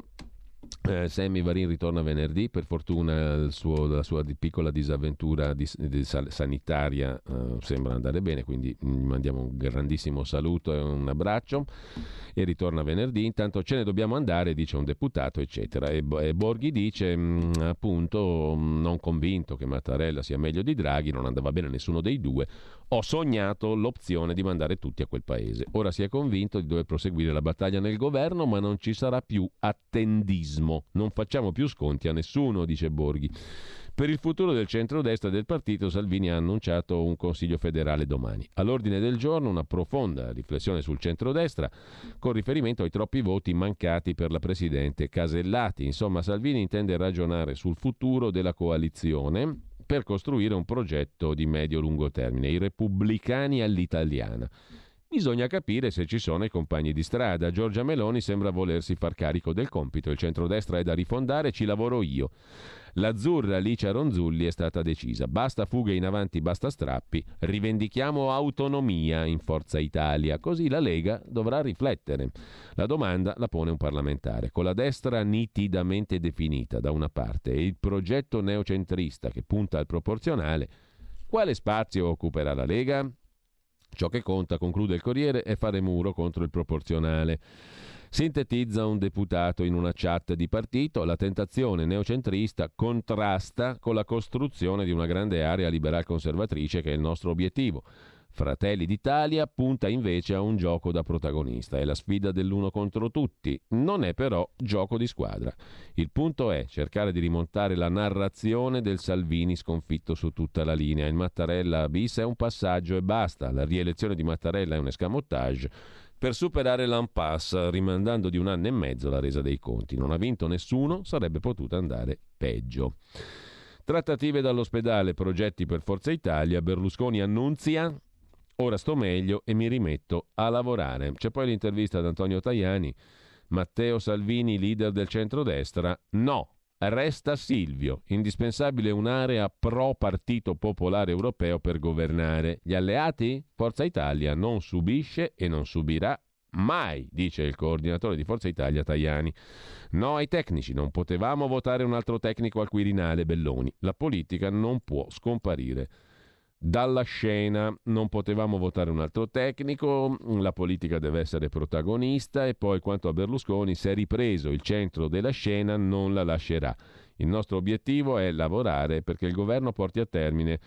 Eh, Sammy Varin ritorna venerdì, per fortuna il suo, la sua di piccola disavventura di, di sanitaria eh, sembra andare bene, quindi gli mandiamo un grandissimo saluto e un abbraccio, e ritorna venerdì. Intanto ce ne dobbiamo andare, dice un deputato, eccetera, e, e Borghi dice mh, appunto mh, non convinto che Mattarella sia meglio di Draghi, non andava bene nessuno dei due, ho sognato l'opzione di mandare tutti a quel paese. Ora si è convinto di dover proseguire la battaglia nel governo, ma non ci sarà più attendismo. Non facciamo più sconti a nessuno, dice Borghi. Per il futuro del centrodestra del partito, Salvini ha annunciato un consiglio federale domani. All'ordine del giorno una profonda riflessione sul centrodestra con riferimento ai troppi voti mancati per la presidente Casellati. Insomma, Salvini intende ragionare sul futuro della coalizione per costruire un progetto di medio-lungo termine, i repubblicani all'italiana. Bisogna capire se ci sono i compagni di strada. Giorgia Meloni sembra volersi far carico del compito. Il centrodestra è da rifondare, ci lavoro io. L'azzurra Licia Ronzulli è stata decisa. Basta fughe in avanti, basta strappi. Rivendichiamo autonomia in Forza Italia. Così la Lega dovrà riflettere. La domanda la pone un parlamentare. Con la destra nitidamente definita da una parte e il progetto neocentrista che punta al proporzionale, quale spazio occuperà la Lega? Ciò che conta, conclude il Corriere, è fare muro contro il proporzionale. Sintetizza un deputato in una chat di partito: la tentazione neocentrista contrasta con la costruzione di una grande area liberal-conservatrice che è il nostro obiettivo. Fratelli d'Italia punta invece a un gioco da protagonista, è la sfida dell'uno contro tutti, non è però gioco di squadra. Il punto è cercare di rimontare la narrazione del Salvini sconfitto su tutta la linea. Il Mattarella bis è un passaggio e basta, la rielezione di Mattarella è un escamotage per superare l'impasse, rimandando di un anno e mezzo la resa dei conti. Non ha vinto nessuno, sarebbe potuto andare peggio. Trattative dall'ospedale, progetti per Forza Italia, Berlusconi annunzia: ora sto meglio e mi rimetto a lavorare. C'è poi l'intervista ad Antonio Tajani. Matteo Salvini, leader del centrodestra, no, resta Silvio. Indispensabile un'area pro Partito Popolare Europeo per governare. Gli alleati? Forza Italia non subisce e non subirà mai, dice il coordinatore di Forza Italia Tajani. No ai tecnici, non potevamo votare un altro tecnico al Quirinale, Belloni. La politica non può scomparire dalla scena, non potevamo votare un altro tecnico, la politica deve essere protagonista. E poi, quanto a Berlusconi, se è ripreso il centro della scena non la lascerà. Il nostro obiettivo è lavorare perché il governo porti a termine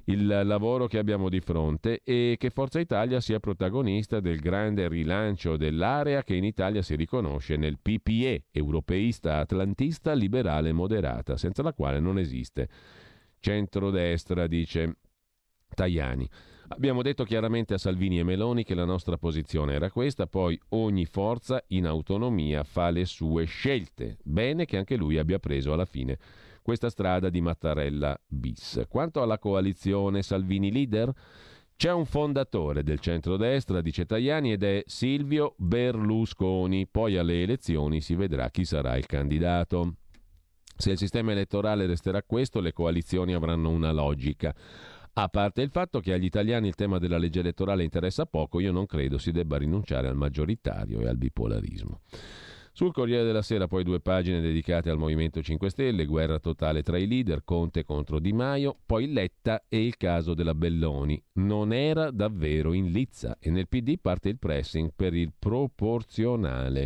il lavoro che abbiamo di fronte e che Forza Italia sia protagonista del grande rilancio dell'area che in Italia si riconosce nel P P E, europeista, atlantista, liberale, moderata, senza la quale non esiste centrodestra, dice Tajani. Abbiamo detto chiaramente a Salvini e Meloni che la nostra posizione era questa, poi ogni forza in autonomia fa le sue scelte. Bene che anche lui abbia preso alla fine questa strada di Mattarella bis. Quanto alla coalizione Salvini leader, c'è un fondatore del centrodestra, dice Tajani, ed è Silvio Berlusconi. Poi alle elezioni si vedrà chi sarà il candidato. Se il sistema elettorale resterà questo, le coalizioni avranno una logica. A parte il fatto che agli italiani il tema della legge elettorale interessa poco, io non credo si debba rinunciare al maggioritario e al bipolarismo. Sul Corriere della Sera poi due pagine dedicate al Movimento cinque Stelle, guerra totale tra i leader, Conte contro Di Maio, poi Letta e il caso della Belloni. Non era davvero in lizza e nel P D parte il pressing per il proporzionale.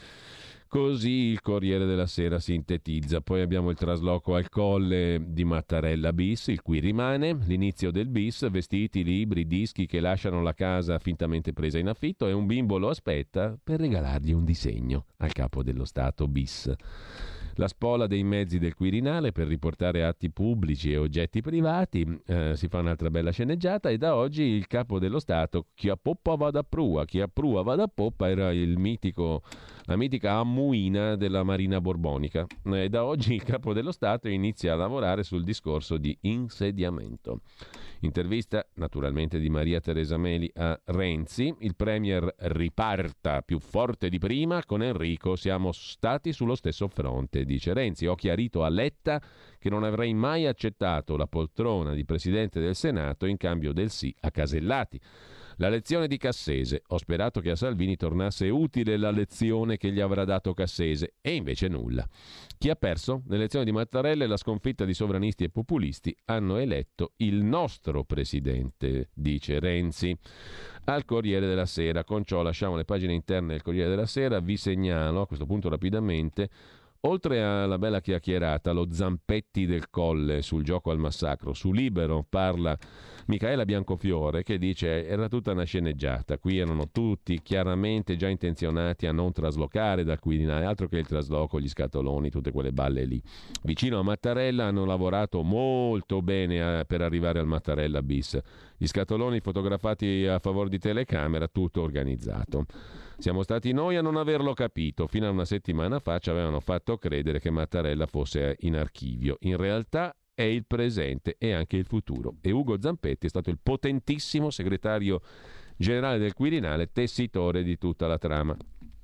Così il Corriere della Sera sintetizza. Poi abbiamo il trasloco al Colle di Mattarella bis, il cui rimane, l'inizio del bis, vestiti, libri, dischi che lasciano la casa fintamente presa in affitto e un bimbo lo aspetta per regalargli un disegno al capo dello Stato bis. La spola dei mezzi del Quirinale per riportare atti pubblici e oggetti privati, eh, si fa un'altra bella sceneggiata e da oggi il capo dello Stato, chi a poppa va da prua, chi a prua va da poppa, era il mitico, la mitica ammuina della Marina Borbonica e da oggi il capo dello Stato inizia a lavorare sul discorso di insediamento. Intervista naturalmente di Maria Teresa Meli a Renzi, il premier riparta più forte di prima, con Enrico siamo stati sullo stesso fronte, dice Renzi. Ho chiarito a Letta che non avrei mai accettato la poltrona di Presidente del Senato in cambio del sì a Casellati. La lezione di Cassese, ho sperato che a Salvini tornasse utile la lezione che gli avrà dato Cassese e invece nulla. Chi ha perso? L'elezione di Mattarella e la sconfitta di sovranisti e populisti hanno eletto il nostro presidente, dice Renzi. Al Corriere della Sera, con ciò lasciamo le pagine interne del Corriere della Sera, vi segnalo a questo punto rapidamente, oltre alla bella chiacchierata, lo Zampetti del Colle sul gioco al massacro, su Libero parla Micaela Biancofiore che dice era tutta una sceneggiata, qui erano tutti chiaramente già intenzionati a non traslocare dal Quirinale, altro che il trasloco, gli scatoloni, tutte quelle balle lì. Vicino a Mattarella hanno lavorato molto bene a, per arrivare al Mattarella bis, gli scatoloni fotografati a favore di telecamera, tutto organizzato. Siamo stati noi a non averlo capito. Fino a una settimana fa ci avevano fatto credere che Mattarella fosse in archivio. In realtà è il presente e anche il futuro. E Ugo Zampetti è stato il potentissimo segretario generale del Quirinale, tessitore di tutta la trama.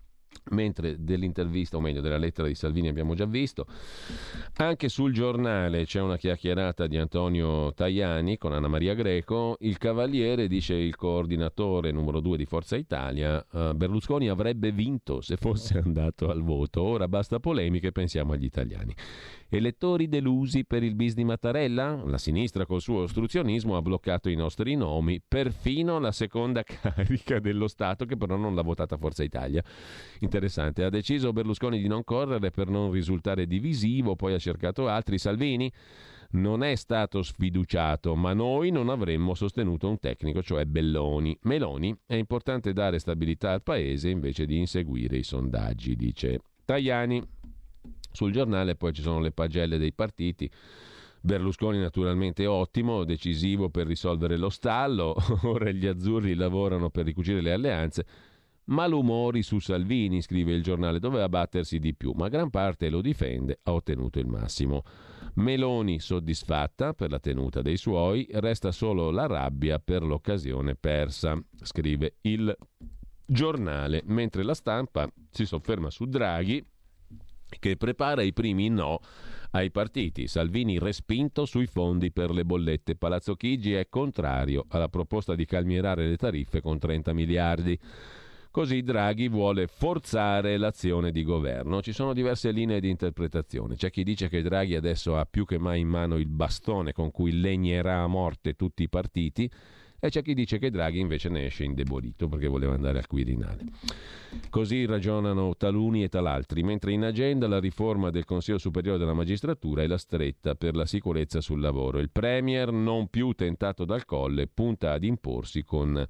Mentre dell'intervista, o meglio della lettera di Salvini abbiamo già visto, anche sul Giornale c'è una chiacchierata di Antonio Tajani con Anna Maria Greco. Il Cavaliere, dice il coordinatore numero due di Forza Italia, uh, Berlusconi avrebbe vinto se fosse andato al voto, ora basta polemiche, pensiamo agli italiani. Elettori delusi per il bis di Mattarella? La sinistra col suo ostruzionismo ha bloccato i nostri nomi, perfino la seconda carica dello Stato, che però non l'ha votata Forza Italia. Interessante, ha deciso Berlusconi di non correre per non risultare divisivo, poi ha cercato altri. Salvini non è stato sfiduciato, ma noi non avremmo sostenuto un tecnico, cioè Belloni. Meloni, è importante dare stabilità al paese invece di inseguire i sondaggi, dice Tajani. Sul Giornale poi ci sono le pagelle dei partiti. Berlusconi naturalmente ottimo, decisivo per risolvere lo stallo, ora gli azzurri lavorano per ricucire le alleanze. Malumori su Salvini, scrive il Giornale, doveva battersi di più, ma gran parte lo difende, ha ottenuto il massimo. Meloni soddisfatta per la tenuta dei suoi, resta solo la rabbia per l'occasione persa, scrive il Giornale, mentre la Stampa si sofferma su Draghi, che prepara i primi no ai partiti. Salvini respinto sui fondi per le bollette. Palazzo Chigi è contrario alla proposta di calmierare le tariffe con trenta miliardi. Così Draghi vuole forzare l'azione di governo. Ci sono diverse linee di interpretazione. C'è chi dice che Draghi adesso ha più che mai in mano il bastone con cui legnerà a morte tutti i partiti, E c'è chi dice che Draghi invece ne esce indebolito perché voleva andare al Quirinale. Così ragionano taluni e talaltri, mentre in agenda la riforma del Consiglio Superiore della Magistratura e la stretta per la sicurezza sul lavoro. Il Premier, non più tentato dal Colle, punta ad imporsi con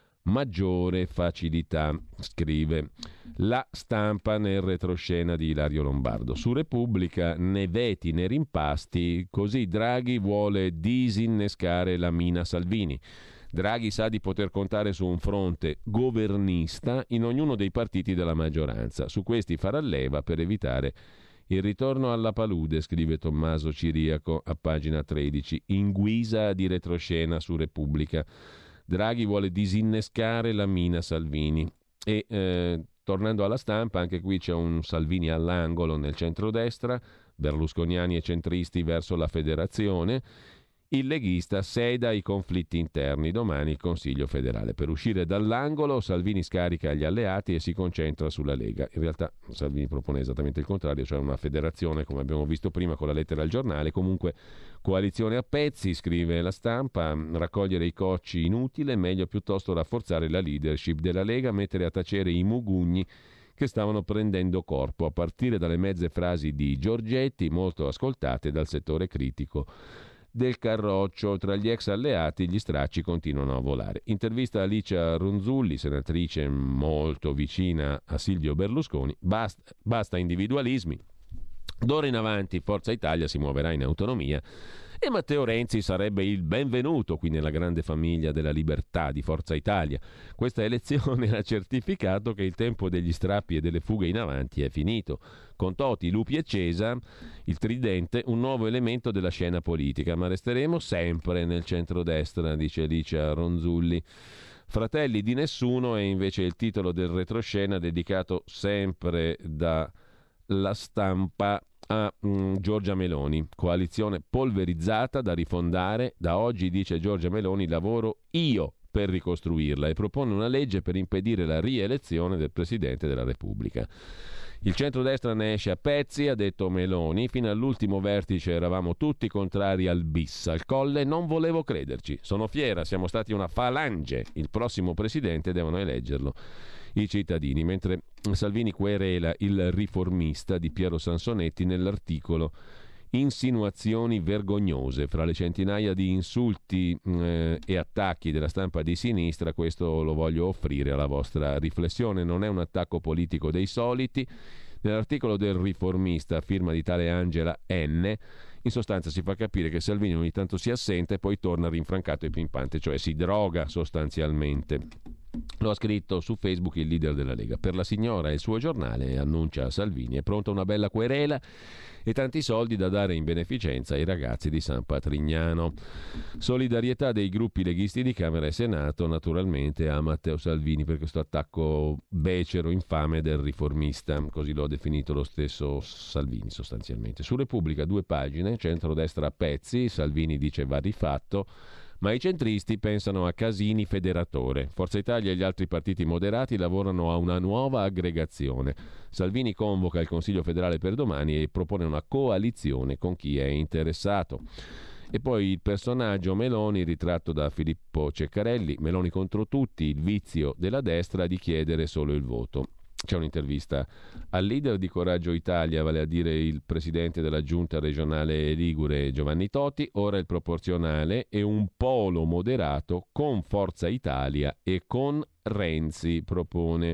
maggiore facilità, scrive La Stampa nel retroscena di Ilario Lombardo. Su Repubblica, né veti né rimpasti, così Draghi vuole disinnescare la mina Salvini. Draghi sa di poter contare su un fronte governista in ognuno dei partiti della maggioranza. Su questi farà leva per evitare il ritorno alla palude, scrive Tommaso Ciriaco a pagina tredici, in guisa di retroscena su Repubblica. Draghi vuole disinnescare la mina Salvini. E eh, tornando alla Stampa, anche qui c'è un Salvini all'angolo nel centrodestra, berlusconiani e centristi verso la federazione. Il leghista seda i conflitti interni, domani il Consiglio federale. Per uscire dall'angolo Salvini scarica gli alleati e si concentra sulla Lega. In realtà Salvini propone esattamente il contrario, cioè una federazione come abbiamo visto prima con la lettera al giornale. Comunque coalizione a pezzi, scrive La Stampa, raccogliere i cocci inutile, meglio piuttosto rafforzare la leadership della Lega, mettere a tacere i mugugni che stavano prendendo corpo, a partire dalle mezze frasi di Giorgetti, molto ascoltate dal settore critico del Carroccio. Tra gli ex alleati gli stracci continuano a volare. Intervista a Alicia Ronzulli, senatrice molto vicina a Silvio Berlusconi. Basta, basta individualismi. D'ora in avanti Forza Italia si muoverà in autonomia e Matteo Renzi sarebbe il benvenuto qui nella grande famiglia della libertà di Forza Italia. Questa elezione ha certificato che il tempo degli strappi e delle fughe in avanti è finito. Con Toti, Lupi e Cesa, il tridente, un nuovo elemento della scena politica, ma resteremo sempre nel centrodestra, dice Alicia Ronzulli. Fratelli di nessuno è invece il titolo del retroscena dedicato sempre da La Stampa a mm, Giorgia Meloni. Coalizione polverizzata da rifondare. Da oggi, dice Giorgia Meloni, lavoro io per ricostruirla e propone una legge per impedire la rielezione del Presidente della Repubblica. Il centrodestra ne esce a pezzi, ha detto Meloni. Fino all'ultimo vertice eravamo tutti contrari al bis. Al Colle non volevo crederci. Sono fiera, siamo stati una falange. Il prossimo Presidente devono eleggerlo i cittadini, mentre Salvini querela il riformista di Piero Sansonetti nell'articolo Insinuazioni vergognose. Fra le centinaia di insulti eh, e attacchi della stampa di sinistra, questo lo voglio offrire alla vostra riflessione. Non è un attacco politico dei soliti. Nell'articolo del riformista, a firma di tale Angela N., in sostanza si fa capire che Salvini ogni tanto si assenta e poi torna rinfrancato e pimpante, cioè si droga sostanzialmente. Lo ha scritto su Facebook il leader della Lega. Per la signora e il suo giornale, annuncia Salvini, è pronta una bella querela e tanti soldi da dare in beneficenza ai ragazzi di San Patrignano. Solidarietà dei gruppi leghisti di Camera e Senato naturalmente a Matteo Salvini per questo attacco becero, infame del riformista, così lo ha definito lo stesso Salvini sostanzialmente. Su Repubblica due pagine, centrodestra a pezzi, Salvini dice va rifatto, ma i centristi pensano a Casini federatore. Forza Italia e gli altri partiti moderati lavorano a una nuova aggregazione. Salvini convoca il Consiglio federale per domani e propone una coalizione con chi è interessato. E poi il personaggio Meloni, ritratto da Filippo Ceccarelli. Meloni contro tutti, il vizio della destra di chiedere solo il voto. C'è un'intervista al leader di Coraggio Italia, vale a dire il presidente della giunta regionale ligure Giovanni Toti. Ora il proporzionale è un polo moderato con Forza Italia e con Renzi, propone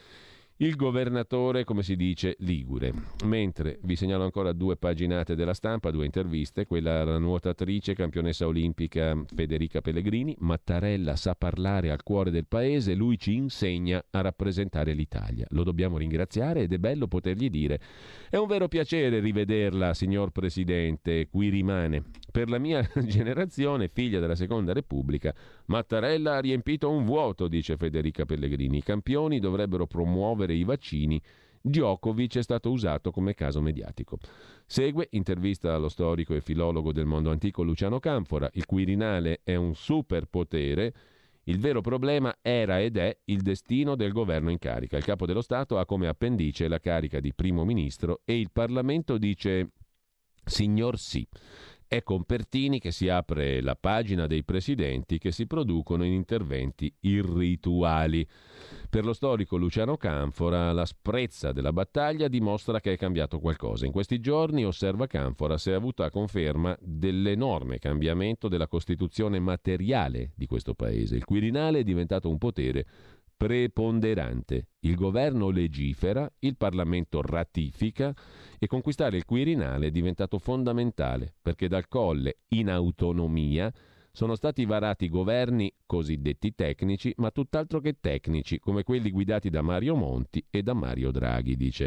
il governatore, come si dice, ligure. Mentre vi segnalo ancora due paginate della Stampa, due interviste, quella alla nuotatrice campionessa olimpica Federica Pellegrini. Mattarella sa parlare al cuore del paese, lui ci insegna a rappresentare l'Italia. Lo dobbiamo ringraziare ed è bello potergli dire: è un vero piacere rivederla, signor Presidente, qui rimane. Per la mia generazione, figlia della Seconda Repubblica, Mattarella ha riempito un vuoto, dice Federica Pellegrini. I campioni dovrebbero promuovere i vaccini. Djokovic è stato usato come caso mediatico. Segue intervista allo storico e filologo del mondo antico Luciano Canfora. Il Quirinale è un superpotere. Il vero problema era ed è il destino del governo in carica. Il capo dello Stato ha come appendice la carica di primo ministro e il Parlamento dice signor sì. È con Pertini che si apre la pagina dei presidenti che si producono in interventi irrituali. Per lo storico Luciano Canfora, l'asprezza della battaglia dimostra che è cambiato qualcosa. In questi giorni, osserva Canfora, si è avuta conferma dell'enorme cambiamento della Costituzione materiale di questo paese. Il Quirinale è diventato un potere preponderante. Il governo legifera, il Parlamento ratifica e conquistare il Quirinale è diventato fondamentale perché dal Colle in autonomia sono stati varati governi cosiddetti tecnici, ma tutt'altro che tecnici, come quelli guidati da Mario Monti e da Mario Draghi, dice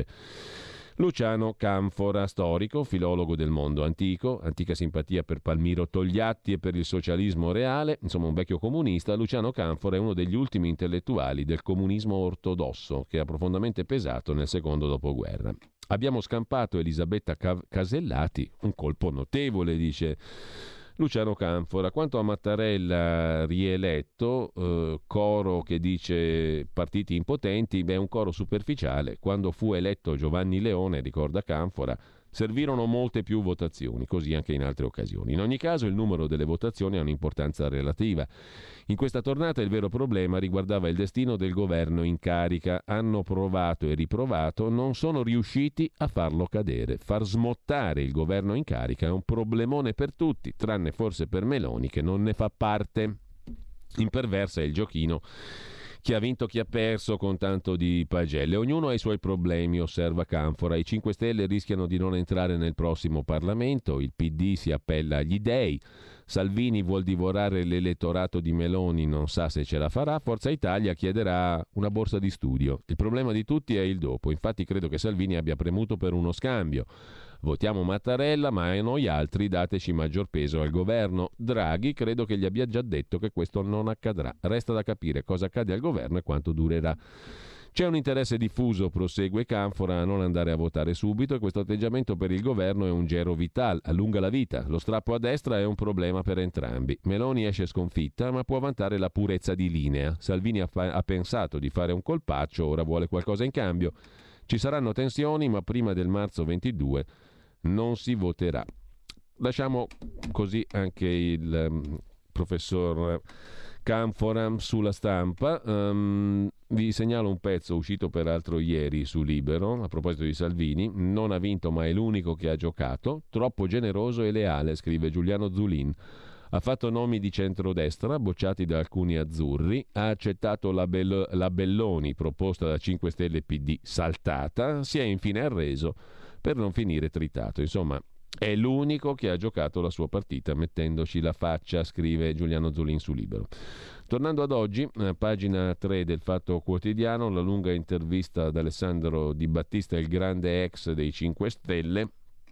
Luciano Canfora, storico, filologo del mondo antico, antica simpatia per Palmiro Togliatti e per il socialismo reale, insomma un vecchio comunista. Luciano Canfora è uno degli ultimi intellettuali del comunismo ortodosso che ha profondamente pesato nel secondo dopoguerra. Abbiamo scampato Elisabetta Casellati, un colpo notevole, dice Luciano Canfora. Quanto a Mattarella rieletto, eh, coro che dice partiti impotenti, beh, è un coro superficiale. Quando fu eletto Giovanni Leone, ricorda Canfora, servirono molte più votazioni, così anche in altre occasioni. In ogni caso il numero delle votazioni ha un'importanza relativa. In questa tornata il vero problema riguardava il destino del governo in carica. Hanno provato e riprovato, non sono riusciti a farlo cadere. Far smottare il governo in carica è un problemone per tutti, tranne forse per Meloni che non ne fa parte. Imperversa è il giochino. Chi ha vinto, chi ha perso, con tanto di pagelle. Ognuno ha i suoi problemi, osserva Canfora. I cinque Stelle rischiano di non entrare nel prossimo Parlamento, il P D si appella agli dèi, Salvini vuol divorare l'elettorato di Meloni, non sa se ce la farà, Forza Italia chiederà una borsa di studio. Il problema di tutti è il dopo, infatti credo che Salvini abbia premuto per uno scambio. Votiamo Mattarella, ma a noi altri dateci maggior peso al governo. Draghi credo che gli abbia già detto che questo non accadrà. Resta da capire cosa accade al governo e quanto durerà. C'è un interesse diffuso, prosegue Canfora, a non andare a votare subito e questo atteggiamento per il governo è un gero vital, allunga la vita. Lo strappo a destra è un problema per entrambi. Meloni esce sconfitta, ma può vantare la purezza di linea. Salvini ha, fa- ha pensato di fare un colpaccio, ora vuole qualcosa in cambio. Ci saranno tensioni, ma prima del marzo ventidue non si voterà. Lasciamo così anche il um, professor Canfora sulla Stampa. Um, vi segnalo un pezzo uscito peraltro ieri su Libero a proposito di Salvini. Non ha vinto ma è l'unico che ha giocato, troppo generoso e leale, scrive Giuliano Zulin. Ha fatto nomi di centrodestra bocciati da alcuni azzurri, ha accettato la, Bell- la Belloni proposta da cinque Stelle P D saltata, si è infine arreso per non finire tritato. Insomma, è l'unico che ha giocato la sua partita mettendoci la faccia, scrive Giuliano Zulin su Libero. Tornando ad oggi, eh, pagina tre del Fatto Quotidiano, la lunga intervista ad Alessandro Di Battista, il grande ex dei cinque Stelle.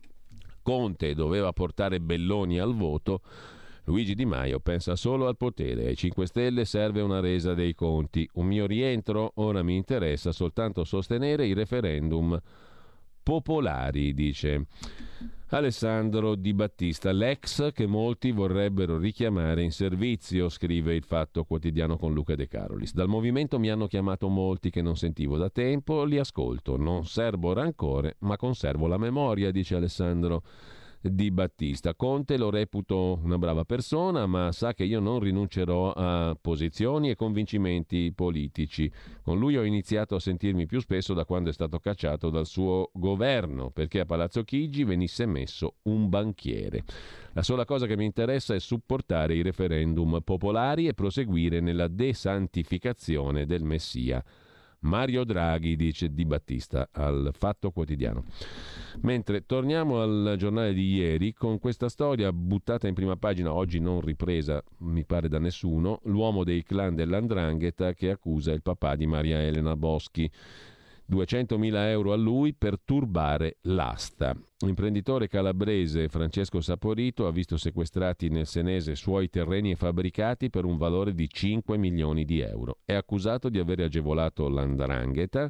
Conte doveva portare Belloni al voto, Luigi Di Maio pensa solo al potere, ai cinque Stelle serve una resa dei conti. Un mio rientro, ora mi interessa soltanto sostenere i referendum popolari, dice Alessandro Di Battista, l'ex che molti vorrebbero richiamare in servizio, scrive il Fatto Quotidiano con Luca De Carolis. Dal movimento mi hanno chiamato molti che non sentivo da tempo, li ascolto, non serbo rancore ma conservo la memoria, dice Alessandro Di Battista. Conte lo reputo una brava persona, ma sa che io non rinuncerò a posizioni e convincimenti politici. Con lui ho iniziato a sentirmi più spesso da quando è stato cacciato dal suo governo, perché a Palazzo Chigi venisse messo un banchiere. La sola cosa che mi interessa è supportare i referendum popolari e proseguire nella desantificazione del Messia. Mario Draghi, dice Di Battista al Fatto Quotidiano. Mentre torniamo al giornale di ieri con questa storia buttata in prima pagina, oggi non ripresa mi pare da nessuno, l'uomo dei clan dell''Ndrangheta che accusa il papà di Maria Elena Boschi. duecentomila euro a lui per turbare l'asta. L'imprenditore calabrese Francesco Saporito ha visto sequestrati nel Senese suoi terreni e fabbricati per un valore di cinque milioni di euro. È accusato di aver agevolato l''Ndrangheta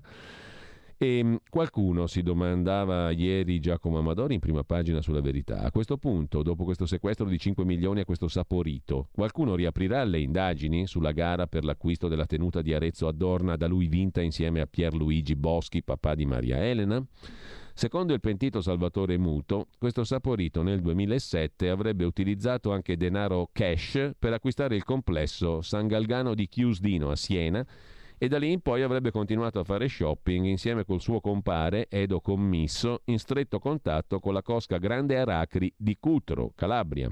e qualcuno si domandava ieri, Giacomo Amadori in prima pagina sulla Verità, a questo punto, dopo questo sequestro di cinque milioni a questo Saporito, qualcuno riaprirà le indagini sulla gara per l'acquisto della tenuta di Arezzo Adorna da lui vinta insieme a Pierluigi Boschi, papà di Maria Elena? Secondo il pentito Salvatore Muto, questo Saporito nel duemilasette avrebbe utilizzato anche denaro cash per acquistare il complesso San Galgano di Chiusdino a Siena e da lì in poi avrebbe continuato a fare shopping insieme col suo compare Edo Commisso in stretto contatto con la cosca Grande Aracri di Cutro, Calabria.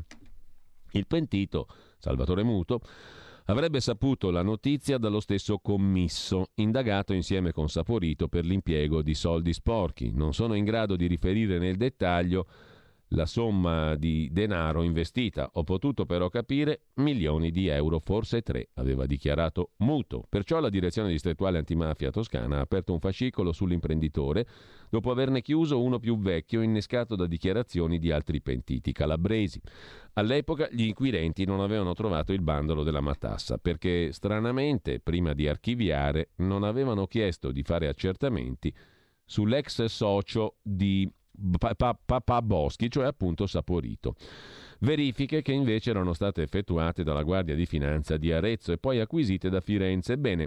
Il pentito Salvatore Muto avrebbe saputo la notizia dallo stesso Commisso, indagato insieme con Saporito per l'impiego di soldi sporchi. Non sono in grado di riferire nel dettaglio la somma di denaro investita. Ho potuto però capire milioni di euro, forse tre, aveva dichiarato Muto. Perciò la direzione distrettuale antimafia toscana ha aperto un fascicolo sull'imprenditore dopo averne chiuso uno più vecchio innescato da dichiarazioni di altri pentiti calabresi. All'epoca gli inquirenti non avevano trovato il bandolo della matassa perché stranamente prima di archiviare non avevano chiesto di fare accertamenti sull'ex socio di Papà pa, pa, Boschi, cioè appunto Saporito. Verifiche che invece erano state effettuate dalla Guardia di Finanza di Arezzo e poi acquisite da Firenze. Bene,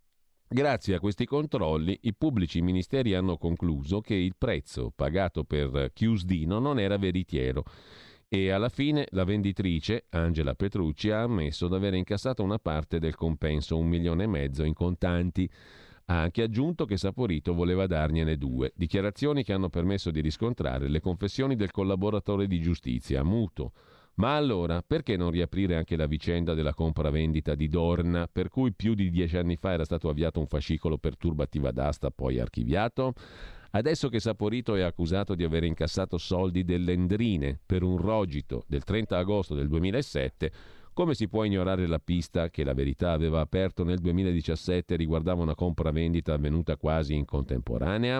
grazie a questi controlli i pubblici ministeri hanno concluso che il prezzo pagato per Chiusdino non era veritiero e alla fine la venditrice, Angela Petrucci, ha ammesso di aver incassato una parte del compenso, un milione e mezzo in contanti. Ha anche aggiunto che Saporito voleva dargliene due, dichiarazioni che hanno permesso di riscontrare le confessioni del collaboratore di giustizia, Muto. Ma allora, perché non riaprire anche la vicenda della compravendita di Dorna, per cui più di dieci anni fa era stato avviato un fascicolo per turbativa d'asta, poi archiviato? Adesso che Saporito è accusato di aver incassato soldi dell'Endrine per un rogito del trenta agosto del duemilasette, come si può ignorare la pista che la Verità aveva aperto nel duemiladiciassette riguardava una compravendita avvenuta quasi in contemporanea?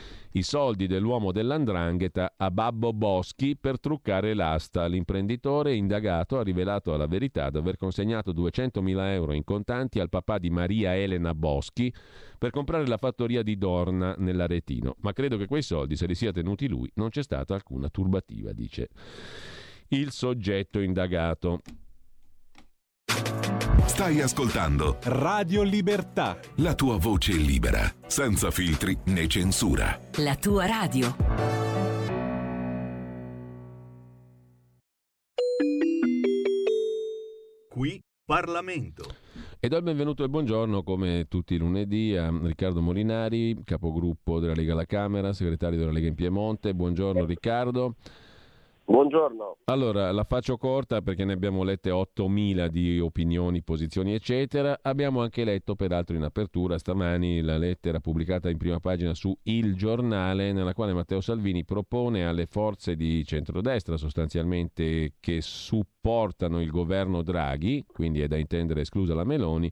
I soldi dell'uomo dell'Andrangheta a Babbo Boschi per truccare l'asta. L'imprenditore indagato ha rivelato alla Verità di aver consegnato duecentomila euro in contanti al papà di Maria Elena Boschi per comprare la fattoria di Dorna nell'Aretino. Ma credo che quei soldi se li sia tenuti lui, non c'è stata alcuna turbativa, dice il soggetto indagato. Stai ascoltando Radio Libertà. La tua voce libera, senza filtri né censura. La tua radio. Qui Parlamento. E do il benvenuto e il buongiorno, come tutti i lunedì, a Riccardo Molinari, capogruppo della Lega alla Camera, segretario della Lega in Piemonte. Buongiorno Riccardo. Buongiorno. Allora, la faccio corta perché ne abbiamo lette ottomila di opinioni, posizioni, eccetera. Abbiamo anche letto, peraltro in apertura stamani, la lettera pubblicata in prima pagina su Il Giornale, nella quale Matteo Salvini propone alle forze di centrodestra, sostanzialmente, che supportano il governo Draghi, quindi è da intendere esclusa la Meloni,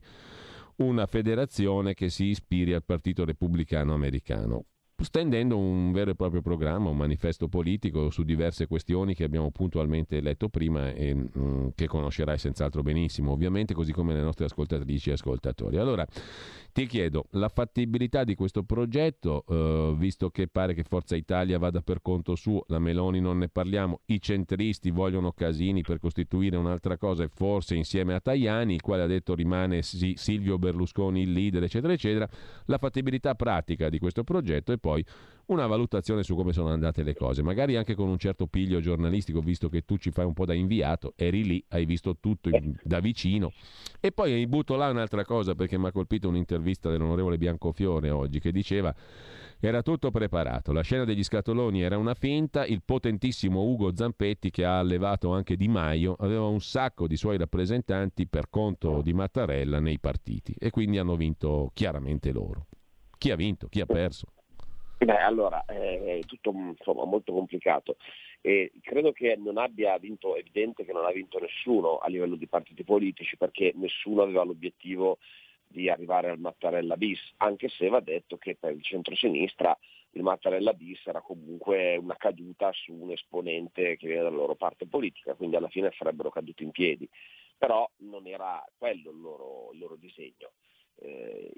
una federazione che si ispiri al Partito Repubblicano Americano, stendendo un vero e proprio programma, un manifesto politico su diverse questioni che abbiamo puntualmente letto prima e mh, che conoscerai senz'altro benissimo, ovviamente, così come le nostre ascoltatrici e ascoltatori. Allora, ti chiedo la fattibilità di questo progetto, eh, visto che pare che Forza Italia vada per conto suo, la Meloni non ne parliamo, i centristi vogliono Casini per costituire un'altra cosa e forse insieme a Tajani, il quale ha detto rimane sì, Silvio Berlusconi il leader, eccetera, eccetera, la fattibilità pratica di questo progetto e poi una valutazione su come sono andate le cose, magari anche con un certo piglio giornalistico, visto che tu ci fai un po' da inviato, eri lì, hai visto tutto da vicino. E poi butto là un'altra cosa, perché mi ha colpito un'intervista dell'onorevole Biancofiore oggi che diceva era tutto preparato, la scena degli scatoloni era una finta, il potentissimo Ugo Zampetti, che ha allevato anche Di Maio, aveva un sacco di suoi rappresentanti per conto di Mattarella nei partiti e quindi hanno vinto chiaramente loro. Chi ha vinto? Chi ha perso? Beh, allora, è tutto insomma molto complicato e credo che non abbia vinto, è evidente che non ha vinto nessuno a livello di partiti politici, perché nessuno aveva l'obiettivo di arrivare al Mattarella bis, anche se va detto che per il centrosinistra il Mattarella bis era comunque una caduta su un esponente che viene dalla loro parte politica, quindi alla fine sarebbero caduti in piedi, però non era quello il loro, il loro disegno. Eh,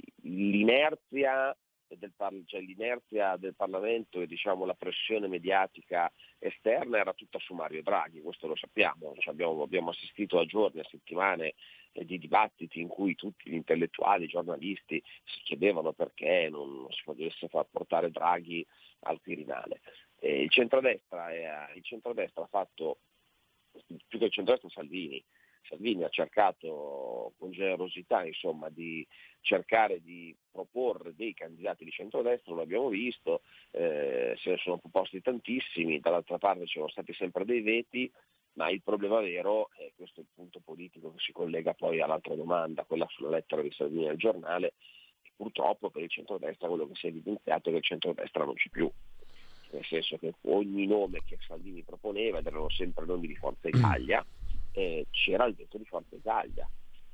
l'inerzia Del par- cioè l'inerzia del Parlamento e diciamo la pressione mediatica esterna era tutta su Mario Draghi, questo lo sappiamo, cioè abbiamo, abbiamo assistito a giorni, a settimane di dibattiti in cui tutti gli intellettuali, i giornalisti si chiedevano perché non si potesse far portare Draghi al Quirinale. E il centrodestra, è, il centrodestra ha fatto, più che il centrodestra, Salvini. Salvini ha cercato con generosità, insomma, di cercare di proporre dei candidati di centrodestra, lo abbiamo visto, eh, se ne sono proposti tantissimi, dall'altra parte ci sono stati sempre dei veti, ma il problema vero, e questo è il punto politico che si collega poi all'altra domanda, quella sulla lettera di Salvini al giornale, e purtroppo per il centrodestra quello che si è evidenziato è che il centrodestra non c'è più, nel senso che ogni nome che Salvini proponeva, ed erano sempre nomi di Forza Italia, eh, c'era il veto di Forza Italia,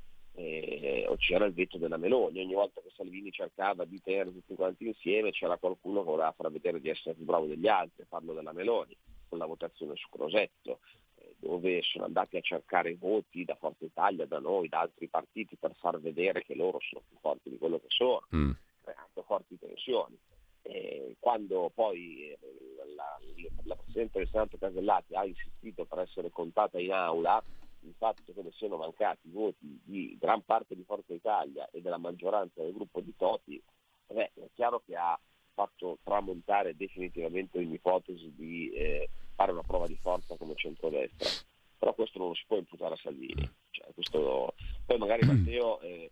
eh, o c'era il veto della Meloni. Ogni volta che Salvini cercava di tenere tutti quanti insieme c'era qualcuno che voleva far vedere di essere più bravo degli altri. Parlo della Meloni, con la votazione su Crosetto, dove sono andati a cercare i voti da Forza Italia, da noi, da altri partiti, per far vedere che loro sono più forti di quello che sono, mm. creando forti tensioni. E quando poi eh, la, la Presidente del Senato Casellati ha insistito per essere contata in aula, il fatto che ne siano mancati i voti di gran parte di Forza Italia e della maggioranza del gruppo di Toti, beh, è chiaro che ha fatto tramontare definitivamente l'ipotesi di eh, fare una prova di forza come centrodestra, però questo non lo si può imputare a Salvini, cioè, questo, poi magari Matteo eh,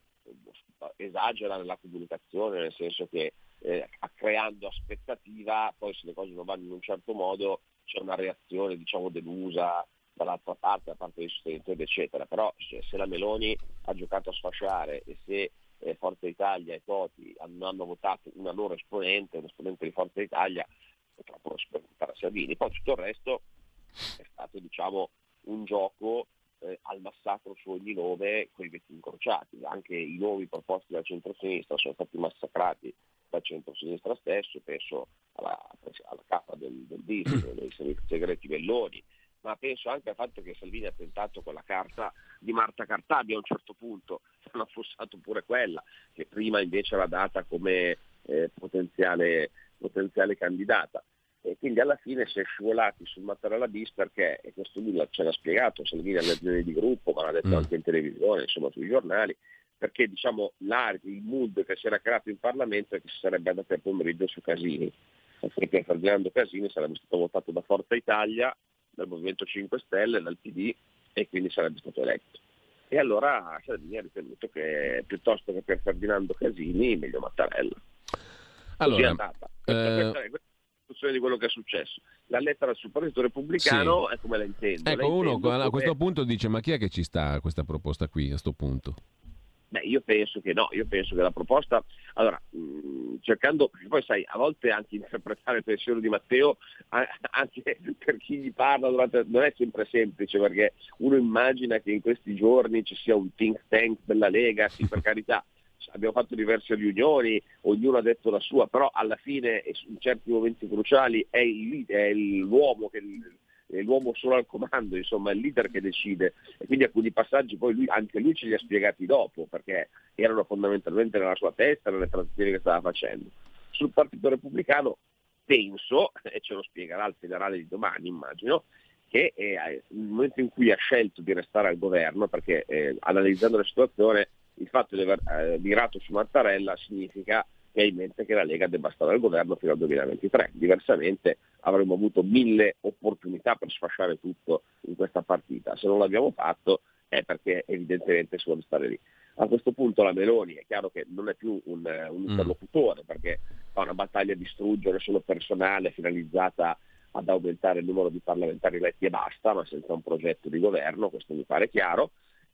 esagera nella comunicazione, nel senso che eh, creando aspettativa, poi se le cose non vanno in un certo modo c'è una reazione, diciamo, delusa dall'altra parte, da parte dei sostenitori eccetera, però se, se la Meloni ha giocato a sfasciare e se eh, Forza Italia e Toti hanno, hanno votato una loro esponente, un esponente di Forza Italia, purtroppo non si può votare a Salvini. Poi tutto il resto è stato, diciamo, un gioco eh, al massacro su ogni nome con i veti incrociati. Anche i nomi proposti dal centro-sinistra sono stati massacrati dal centro-sinistra stesso, penso alla, alla capa del, del D I S, dei servizi segreti Belloni, ma penso anche al fatto che Salvini ha tentato con la carta di Marta Cartabia a un certo punto, hanno affossato pure quella, che prima invece era data come eh, potenziale, potenziale candidata. E quindi alla fine si è scivolati sul Mattarella bis perché, e questo lui ce l'ha spiegato, Salvini alle azioni di gruppo, ma l'ha detto mm. anche in televisione, insomma sui giornali, perché diciamo il mood che si era creato in Parlamento è che si sarebbe andato a pomeriggio su Casini, perché Ferdinando Casini sarebbe stato votato da Forza Italia, dal Movimento cinque Stelle, dal P D, e quindi sarebbe stato eletto. E allora Salvini ha ritenuto che piuttosto che per Ferdinando Casini meglio Mattarella. Allora, così è andata. Questa, eh... questa, questa di quello che è successo. La lettera sul Partito Repubblicano sì. È come la intendo. Ecco, la uno intendo a come... questo punto dice: ma chi è che ci sta a questa proposta qui, a sto punto? Beh, io penso che no, io penso che la proposta, allora, mh, cercando, poi sai, a volte anche interpretare il pensiero di Matteo, anche per chi gli parla, durante, non è sempre semplice, perché uno immagina che in questi giorni ci sia un think tank della Lega, sì, per carità, abbiamo fatto diverse riunioni, ognuno ha detto la sua, però alla fine in certi momenti cruciali è, il, è l'uomo che è l'uomo solo al comando, insomma è il leader che decide, e quindi alcuni passaggi poi lui, anche lui ce li ha spiegati dopo, perché erano fondamentalmente nella sua testa, nelle transizioni che stava facendo. Sul Partito Repubblicano penso, e ce lo spiegherà il federale di domani immagino, che eh, nel momento in cui ha scelto di restare al governo, perché eh, analizzando la situazione il fatto di aver eh, virato su Mattarella significa che ha in mente che la Lega debba stare al governo fino al duemilaventitré, diversamente avremmo avuto mille opportunità per sfasciare tutto in questa partita. Se non l'abbiamo fatto è perché evidentemente si vuole stare lì. A questo punto la Meloni è chiaro che non è più un, un interlocutore, perché fa una battaglia di struggere solo personale finalizzata ad aumentare il numero di parlamentari eletti e basta, ma senza un progetto di governo, questo mi pare chiaro.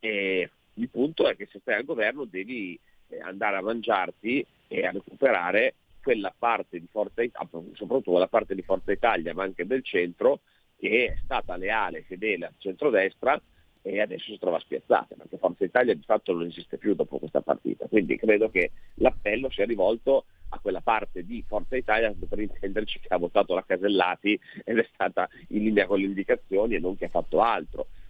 E il punto è che se stai al governo devi andare a mangiarti e a recuperare quella parte di Forza Italia, soprattutto la parte di Forza Italia, ma anche del centro, che è stata leale e fedele al centrodestra e adesso si trova spiazzata, perché Forza Italia di fatto non esiste più dopo questa partita. Quindi credo che l'appello sia rivolto a quella parte di Forza Italia, per intenderci, che ha votato la Casellati ed è stata in linea con le indicazioni e non che ha fatto altro.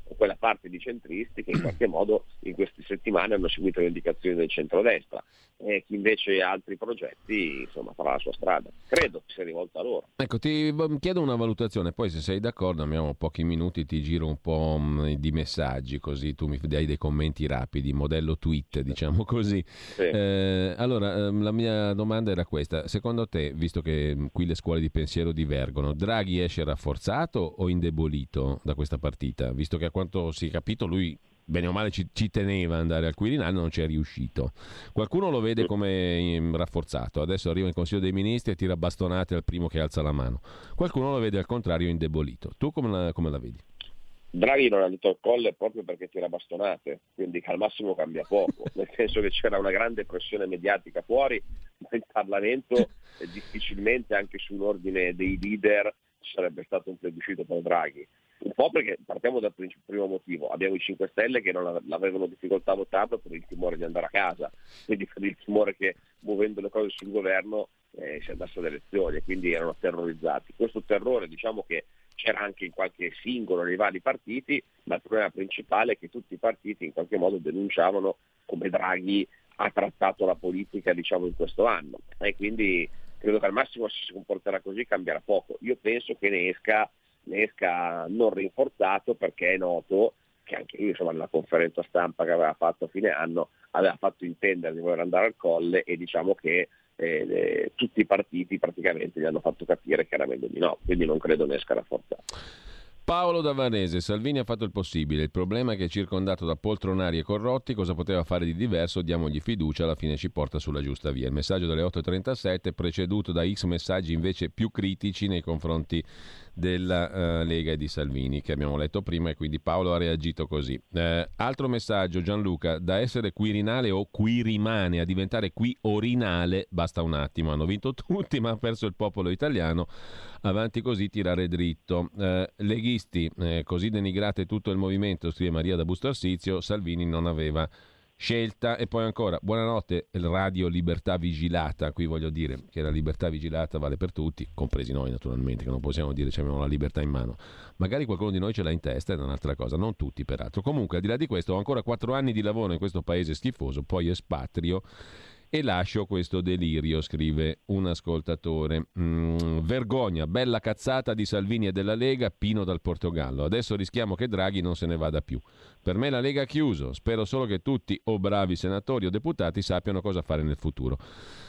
o quella parte di centristi che in qualche modo in queste settimane hanno seguito le indicazioni del centrodestra, e chi invece ha altri progetti insomma farà la sua strada. Credo che sia rivolta a loro. Ecco, ti chiedo una valutazione, poi se sei d'accordo, abbiamo pochi minuti, ti giro un po' di messaggi così tu mi dai dei commenti rapidi, modello tweet diciamo così. Sì. Eh, allora la mia domanda era questa: secondo te, visto che qui le scuole di pensiero divergono, Draghi esce rafforzato o indebolito da questa partita, visto che a quanto si è capito lui bene o male ci, ci teneva ad andare al Quirinale, non ci è riuscito. Qualcuno lo vede come rafforzato, adesso arriva in Consiglio dei Ministri e tira bastonate al primo che alza la mano. Qualcuno lo vede al contrario indebolito. Tu come la, come la vedi? Draghi non ha detto il colle proprio perché tira bastonate, quindi al massimo cambia poco, nel senso che c'era una grande pressione mediatica fuori, ma in Parlamento eh, difficilmente anche su un ordine dei leader ci sarebbe stato un plebiscito per Draghi. Un po' perché partiamo dal primo motivo, abbiamo i cinque Stelle che non avevano difficoltà a votarlo per il timore di andare a casa, quindi per il timore che muovendo le cose sul governo eh, si andasse alle elezioni, e quindi erano terrorizzati. Questo terrore diciamo che c'era anche in qualche singolo nei vari partiti, ma il problema principale è che tutti i partiti in qualche modo denunciavano come Draghi ha trattato la politica diciamo in questo anno, e quindi credo che al massimo se si comporterà così cambierà poco. Io penso che ne esca ne esca non rinforzato, perché è noto che anche lui insomma nella conferenza stampa che aveva fatto a fine anno aveva fatto intendere di voler andare al colle, e diciamo che eh, eh, tutti i partiti praticamente gli hanno fatto capire che era meglio di no, quindi non credo ne esca rafforzato. Paolo da Varese: Salvini ha fatto il possibile, il problema è che è circondato da poltronari e corrotti, cosa poteva fare di diverso? Diamogli fiducia, alla fine ci porta sulla giusta via. Il messaggio delle otto e trentasette preceduto da X messaggi invece più critici nei confronti della uh, Lega e di Salvini, che abbiamo letto prima, e quindi Paolo ha reagito così. Uh, altro messaggio, Gianluca: da essere Quirinale o Quirimane a diventare qui Orinale basta un attimo, hanno vinto tutti ma ha perso il popolo italiano, avanti così, tirare dritto. Uh, leghisti, eh, così denigrate tutto il movimento, scrive Maria da Busto Arsizio, Salvini non aveva scelta. E poi ancora, buonanotte Radio Libertà Vigilata, qui voglio dire che la libertà vigilata vale per tutti, compresi noi naturalmente, che non possiamo dire che abbiamo la libertà in mano, magari qualcuno di noi ce l'ha in testa, è un'altra cosa, non tutti peraltro. Comunque al di là di questo ho ancora quattro anni di lavoro in questo paese schifoso, poi espatrio e lascio questo delirio, scrive un ascoltatore. Mm, vergogna, bella cazzata di Salvini e della Lega, Pino dal Portogallo. Adesso rischiamo che Draghi non se ne vada più. Per me la Lega ha chiuso, spero solo che tutti o bravi senatori o deputati sappiano cosa fare nel futuro.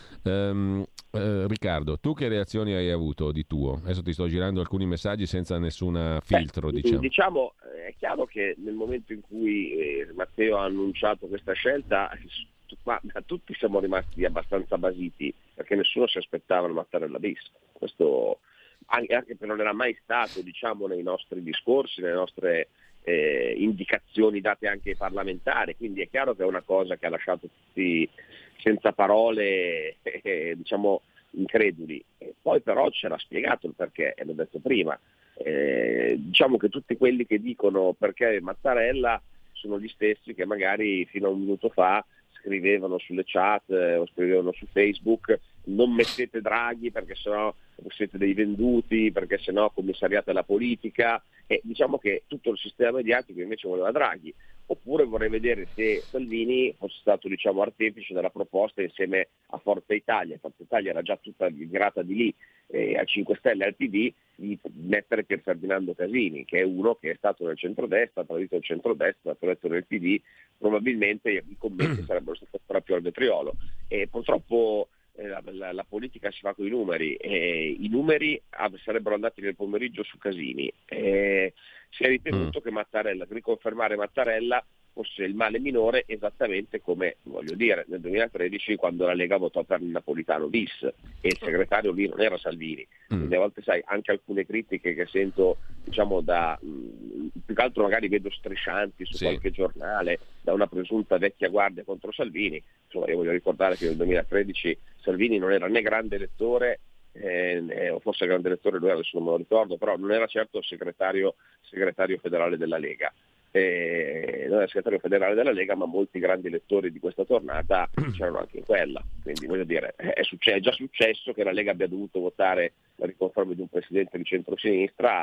Um, uh, Riccardo, tu che reazioni hai avuto di tuo? Adesso ti sto girando alcuni messaggi senza nessun filtro. Beh, diciamo. diciamo è chiaro che nel momento in cui eh, Matteo ha annunciato questa scelta, ma tutti siamo rimasti abbastanza basiti, perché nessuno si aspettava il Mattarella bis. Questo anche perché non era mai stato diciamo nei nostri discorsi, nelle nostre eh, indicazioni date anche ai parlamentari, quindi è chiaro che è una cosa che ha lasciato tutti senza parole, eh, diciamo increduli. E poi però c'era spiegato il perché, e l'ho detto prima, eh, diciamo che tutti quelli che dicono perché Mattarella sono gli stessi che magari fino a un minuto fa scrivevano sulle chat eh, o scrivevano su Facebook: non mettete Draghi perché sennò siete dei venduti, perché sennò commissariate la politica. E diciamo che tutto il sistema mediatico invece voleva Draghi. Oppure vorrei vedere se Salvini fosse stato diciamo artefice della proposta insieme a Forza Italia. Forza Italia era già tutta migrata di lì, eh, al cinque Stelle e al P D, di mettere Pier Ferdinando Casini, che è uno che è stato nel centrodestra, ha tradito il centrodestra, ha tradito nel P D. Probabilmente i commenti sarebbero stati ancora più al vetriolo. E purtroppo eh, la, la, la politica si fa con i numeri, e i numeri ah, sarebbero andati nel pomeriggio su Casini. E si è ritenuto mm. che Mattarella, riconfermare Mattarella fosse il male minore, esattamente come, voglio dire, nel duemilatredici quando la Lega votò per il Napolitano bis e il segretario lì non era Salvini. Mm. Quindi a volte sai, anche alcune critiche che sento diciamo da mh, più che altro magari vedo striscianti su sì. qualche giornale, da una presunta vecchia guardia contro Salvini. Insomma, io voglio ricordare che nel duemilatredici Salvini non era né grande elettore eh, o forse grande elettore lui, adesso non me lo ricordo, però non era certo il segretario, segretario federale della Lega. Eh, non era segretario federale della Lega, ma molti grandi elettori di questa tornata c'erano anche in quella. Quindi voglio dire, è, succe- è già successo che la Lega abbia dovuto votare la riconferma di un presidente di centrosinistra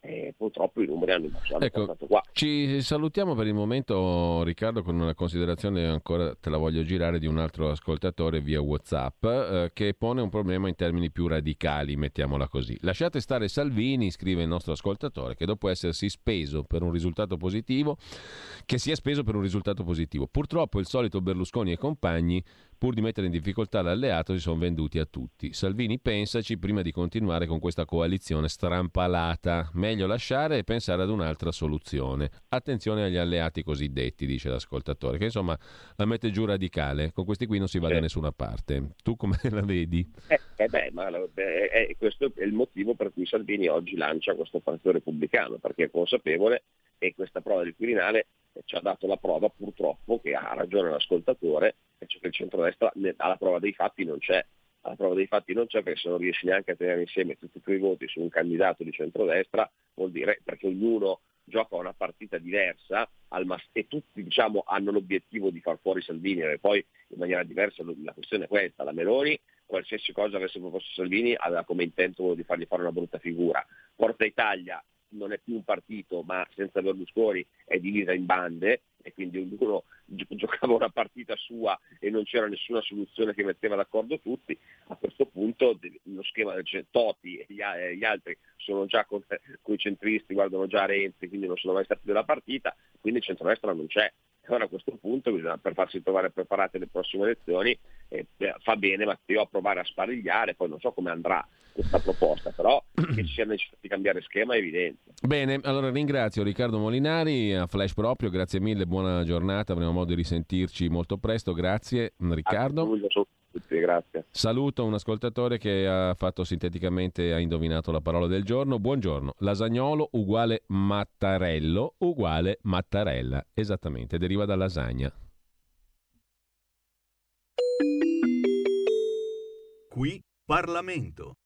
e purtroppo i numeri hanno, hanno ecco, portato qua. Ci salutiamo per il momento, Riccardo, con una considerazione ancora, te la voglio girare, di un altro ascoltatore via WhatsApp eh, che pone un problema in termini più radicali, mettiamola così. Lasciate stare Salvini, scrive il nostro ascoltatore, che dopo essersi speso per un risultato positivo, che si è speso per un risultato positivo. Purtroppo il solito Berlusconi e compagni, pur di mettere in difficoltà l'alleato, si sono venduti a tutti. Salvini, pensaci prima di continuare con questa coalizione strampalata. Meglio lasciare e pensare ad un'altra soluzione. Attenzione agli alleati cosiddetti, dice l'ascoltatore, che insomma la mette giù radicale. Con questi qui non si va da nessuna parte. Tu come la vedi? Eh, eh beh, ma eh, eh, questo è il motivo per cui Salvini oggi lancia questo partito repubblicano, perché è consapevole, e questa prova del Quirinale ci ha dato la prova, purtroppo, che ha ragione l'ascoltatore, cioè che il centrodestra alla prova dei fatti non c'è. Alla prova dei fatti non c'è, perché se non riesci neanche a tenere insieme tutti i tuoi voti su un candidato di centrodestra, vuol dire, perché ognuno gioca una partita diversa al mas- e tutti, diciamo, hanno l'obiettivo di far fuori Salvini, e poi in maniera diversa. La questione è questa: la Meloni, qualsiasi cosa avesse proposto Salvini, aveva come intento di fargli fare una brutta figura. Forza Italia non è più un partito, ma senza Berlusconi è divisa in bande, e quindi ognuno gi- giocava una partita sua e non c'era nessuna soluzione che metteva d'accordo tutti. A questo punto lo schema del Toti e gli, a- gli altri sono già con, con i centristi, guardano già Renzi, quindi non sono mai stati della partita, quindi il centrodestra non c'è. Allora a questo punto bisogna, per farsi trovare preparate le prossime elezioni, eh, fa bene Matteo a provare a sparigliare. Poi non so come andrà questa proposta, però che ci sia necessità di cambiare schema è evidente. Bene, allora ringrazio Riccardo Molinari, a Flash Proprio, grazie mille, buona giornata, avremo modo di risentirci molto presto, grazie Riccardo. Tutti, grazie. Saluto un ascoltatore che ha fatto sinteticamente, ha indovinato la parola del giorno. Buongiorno, lasagnolo uguale mattarello uguale mattarella, esattamente, deriva da lasagna. Qui Parlamento.